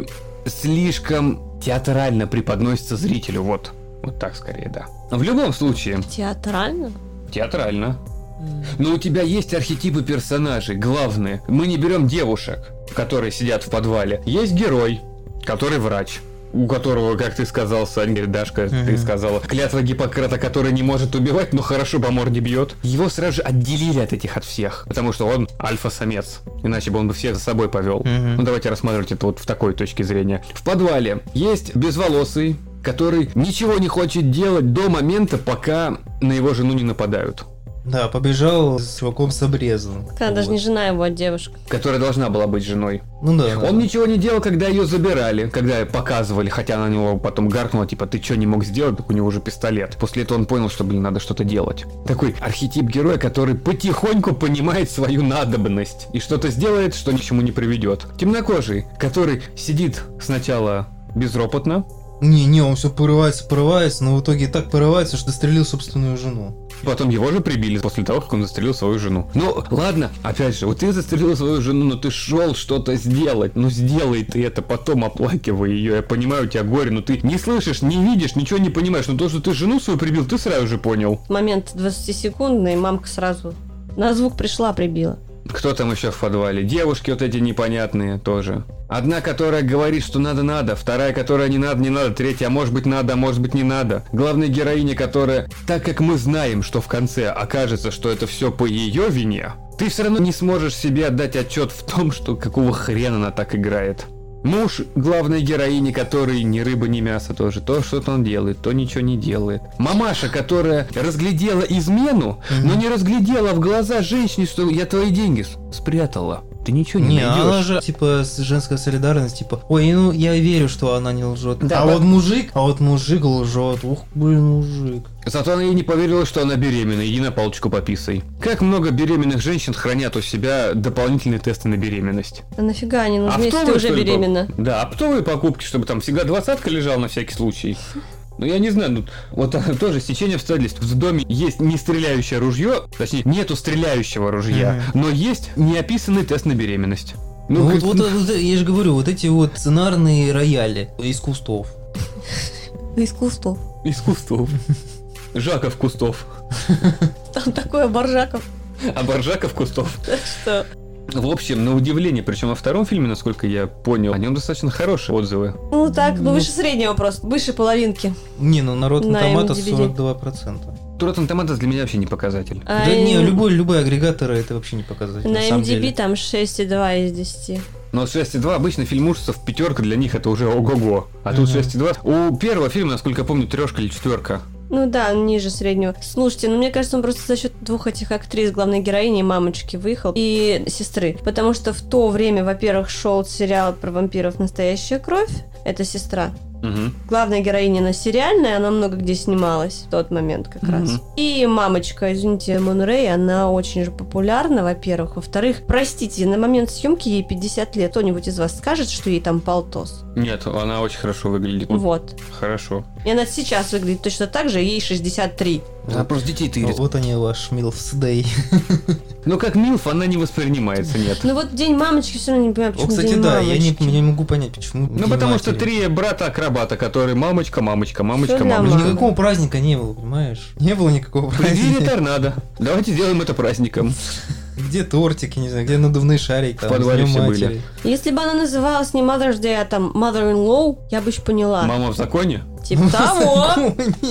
слишком театрально преподносится зрителю, вот. Вот так скорее, да. В любом случае... Театрально? Театрально. Но у тебя есть архетипы персонажей, главные. Мы не берем девушек, которые сидят в подвале. Есть герой, который врач, у которого, как ты сказал, Сань, говорит, Дашка, mm-hmm. ты сказала, клятва Гиппократа, который не может убивать, но хорошо по морде бьет. Его сразу же отделили от этих, от всех, потому что он альфа-самец, иначе бы он бы всех за собой повел. Mm-hmm. Ну давайте рассматривать это вот в такой точке зрения. В подвале есть безволосый, который ничего не хочет делать до момента, пока на его жену не нападают. Да, побежал с чуваком с обрезом. Когда вот. Даже не жена его, а девушка. Которая должна была быть женой. Ну да. Он да. ничего не делал, когда ее забирали, когда показывали, хотя на него потом гаркнула, типа, ты что не мог сделать, так у него уже пистолет. После этого он понял, что, блин, надо что-то делать. Такой архетип героя, который потихоньку понимает свою надобность и что-то сделает, что ни к чему не приведет. Темнокожий, который сидит сначала безропотно. Не-не, он все порывается, порывается, но в итоге и так порывается, что застрелил собственную жену. Потом его же прибили после того, как он застрелил свою жену. Ну, ладно, опять же, вот ты застрелил свою жену, но ты шел что-то сделать. Ну, сделай ты это, потом оплакивай ее. Я понимаю, у тебя горе, но ты не слышишь, не видишь, ничего не понимаешь. Но то, что ты жену свою прибил, ты сразу же понял. Момент двадцатисекундный, мамка сразу на звук пришла, прибила. Кто там еще в подвале? Девушки вот эти непонятные тоже. Одна, которая говорит, что надо-надо, вторая, которая не надо, не надо, третья, а может быть надо, а может быть не надо. Главная героиня, которая, так как мы знаем, что в конце окажется, что это все по ее вине, ты все равно не сможешь себе отдать отчет в том, что какого хрена она так играет. Муж главной героини, который ни рыба, ни мясо тоже. То что-то он делает, то ничего не делает. Мамаша, которая разглядела измену, mm-hmm. но не разглядела в глаза женщине, что я твои деньги спрятала. Ты ничего не, не найдешь. Она же, типа, женская солидарность, типа, ой, ну, я верю, что она не лжет. Да, а да. вот мужик, а вот мужик лжет. Ух, блин, мужик. Зато она ей не поверила, что она беременна. Иди на палочку пописай. Как много беременных женщин хранят у себя дополнительные тесты на беременность? А нафига они нужны, если ты уже беременна? Да, оптовые покупки, чтобы там всегда двадцатка лежала на всякий случай. Ну, я не знаю, ну, вот тоже стечение обстоятельств. В доме есть не стреляющее ружье, точнее, нету стреляющего ружья, mm-hmm. но есть неописанный тест на беременность. Ну, ну вот, вот, вот, я же говорю, вот эти вот сценарные рояли из кустов. Из кустов. Из кустов. Жаков Кустов. Там такой Оборжаков. Оборжаков Кустов. Так что... В общем, на удивление, причем во втором фильме, насколько я понял, о нем достаточно хорошие отзывы. Ну так, ну, ну выше среднего просто, выше половинки. Не, ну на Rotten Tomatoes сорок два процента. Rotten Tomatoes для меня вообще не показатель. А да и... не, любой, любой агрегатор это вообще не показатель. На эм ди би там шесть и два из десяти. Но шесть и два обычно фильм ужасов, пятерка для них это уже ого-го. А тут uh-huh. шесть и два. У первого фильма, насколько я помню, трешка или четверка. Ну да, ниже среднего. Слушайте, ну мне кажется, он просто за счет двух этих актрис, главной героини и мамочки, выехал, и сестры. Потому что в то время, во-первых, шел сериал про вампиров «Настоящая кровь». Это сестра. Угу. Главная героиня, она сериальная, она много где снималась в тот момент как Мгм. раз. И мамочка, извините, Мон Рэй, она очень же популярна, во-первых. Во-вторых, простите, на момент съемки ей пятьдесят лет. Кто-нибудь из вас скажет, что ей там полтос? Нет, она очень хорошо выглядит. Вот. Хорошо. И она сейчас выглядит точно так же, ей шестьдесят три. Она просто детей тырит. Вот они, ваш Милфс Дэй. Но как милф она не воспринимается, нет. Ну вот День мамочки все равно не понимаю, О, почему кстати, День да, я не, мамочки. я не могу понять, почему. Ну День потому что матери. три брата-акробата, которые мамочка, мамочка, мамочка, Всё для мамочка. мамы. Никакого праздника не было, понимаешь? Не было никакого Предвидели праздника. торнадо. Давайте сделаем это праздником. Где тортики, не знаю, где надувные шарики, там, В подвале с Днём все матери. были. Если бы она называлась не Mother's Day, а там Mother-in-law, я бы еще поняла. Мама в законе? Типа того.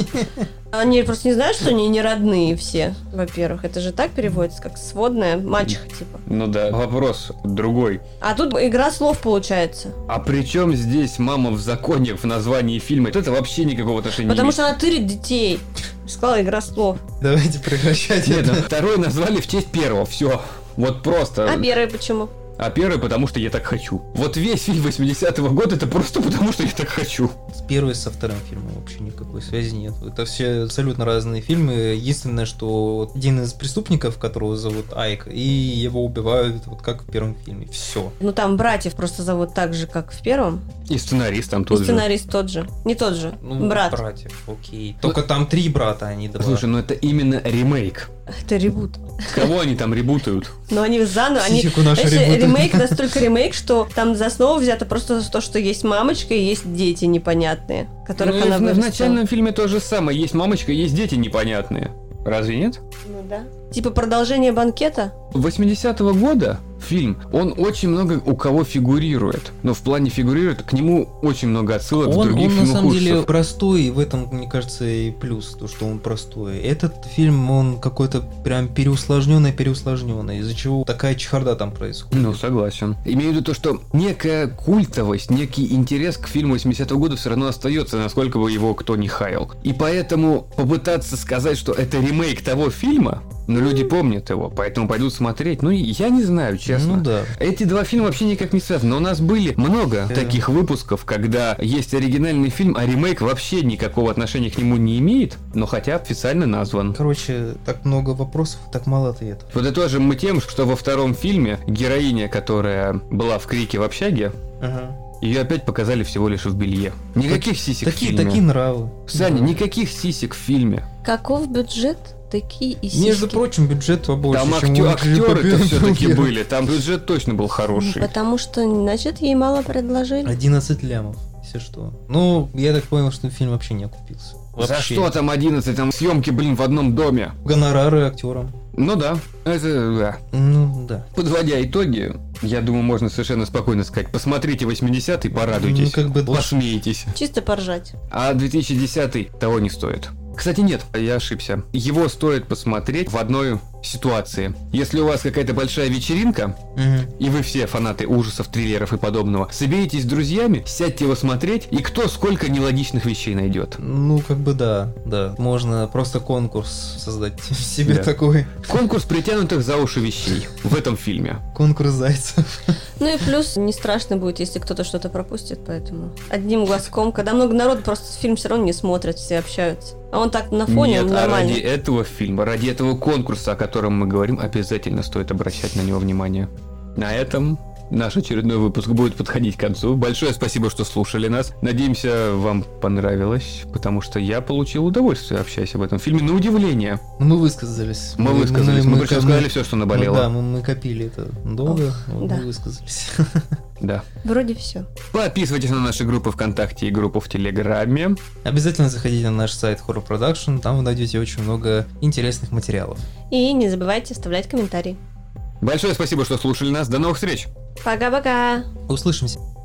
Они просто не знают, что они не родные все, во-первых. Это же так переводится, как сводная мачеха, типа. Ну да. Вопрос другой. А тут игра слов получается. А при чем здесь мама в законе в названии фильма? Это вообще никакого отношения Потому не что она тырит детей. Сказала игра слов. Давайте прекращать имеет. Нет, это. ну, второй назвали в честь первого. Все. Вот просто. А первый почему? А первый, потому что я так хочу. Вот весь фильм восьмидесятого года это просто потому, что я так хочу. С первой со вторым фильмом вообще никакой связи нет. Это все абсолютно разные фильмы. Единственное, что один из преступников, которого зовут Айк, и его убивают, вот как в первом фильме. Все. Ну там братьев просто зовут так же, как в первом. И сценарист там И тот же. сценарист тот же. Не тот же. Ну, Брат. братьев, окей. Только там три брата, а не два. Слушай, ну это именно ремейк. Это ребут. Кого они там ребутают? Но они заново, они... Психику нашу Знаете, ребутают. ремейк настолько ремейк, что там за основу взято просто то, что есть мамочка и есть дети непонятные, которых Ну, она в, в вырастила. начальном фильме то же самое. Есть мамочка, есть дети непонятные. Разве нет? Ну да. Типа продолжение банкета? восьмидесятого года фильм, он очень много у кого фигурирует. Но в плане фигурирует, к нему очень много отсылок в Он, других он на фильмах самом деле ужасов. простой, и в этом, мне кажется, и плюс, то, что он простой. Этот фильм, он какой-то прям переусложненный, переусложненный, из-за чего такая чехарда там происходит. Ну, согласен. Имею в виду то, что некая культовость, некий интерес к фильму восьмидесятого года все равно остается, насколько бы его кто ни хаял. И поэтому попытаться сказать, что это ремейк того фильма, но люди помнят его, поэтому пойдут смотреть. Ну, я не знаю, честно. Ну да. Эти два фильма вообще никак не связаны. Но у нас были много Да. таких выпусков, когда есть оригинальный фильм, а ремейк вообще никакого отношения к нему не имеет, но хотя официально назван. Короче, так много вопросов, так мало ответов. Подытожим мы тем, что во втором фильме героиня, которая была в крике в общаге, Ага. ее опять показали всего лишь в белье. Никаких сисек в Такие, фильме. такие нравы. Саня, Да. никаких сисек в фильме. Каков бюджет? Такие и сиськи. Между прочим, бюджет побольше, Там чем актё- у актеры-то все-таки Джипа были. Там бюджет точно был хороший. Потому что, значит, ей мало предложили. одиннадцать лямов, если что. Ну, я так понял, что фильм вообще не окупился. За Вообще. что там одиннадцать? Там съемки, блин, в одном доме. Гонорары актерам. Ну да, это да. Ну, да. Подводя итоги, я думаю, можно совершенно спокойно сказать, посмотрите восьмидесятый, порадуйтесь, Ну, как бы- посмейтесь. Чисто поржать. А две тысячи десятый того не стоит. Кстати, нет, я ошибся. Его стоит посмотреть в одной ситуации. Если у вас какая-то большая вечеринка, Мгм. и вы все фанаты ужасов, триллеров и подобного, соберитесь с друзьями, сядьте его смотреть, и кто сколько нелогичных вещей найдет. Ну, как бы да, да. Можно просто конкурс создать себе Да. такой. Конкурс притянутых за уши вещей в этом фильме. Конкурс зайцев. Ну и плюс не страшно будет, если кто-то что-то пропустит, поэтому одним глазком, когда много народу, просто фильм все равно не смотрят, все общаются. А он так на фоне, Нет, он а нормально. ради этого фильма, ради этого конкурса, о котором мы говорим, обязательно стоит обращать на него внимание. На этом наш очередной выпуск будет подходить к концу. Большое спасибо, что слушали нас. Надеемся, вам понравилось, потому что я получил удовольствие, общаясь об этом фильме, на удивление. Ну, мы высказались. Мы высказались, мы причем как- сказали все, что наболело. Да, мы, мы копили это долго, Ох, вот да. мы высказались. Да. Вроде все. Подписывайтесь на наши группы ВКонтакте и группу в Телеграме. Обязательно заходите на наш сайт Horror Production, там вы найдете очень много интересных материалов. И не забывайте оставлять комментарии. Большое спасибо, что слушали нас. До новых встреч! Пока-пока! Услышимся.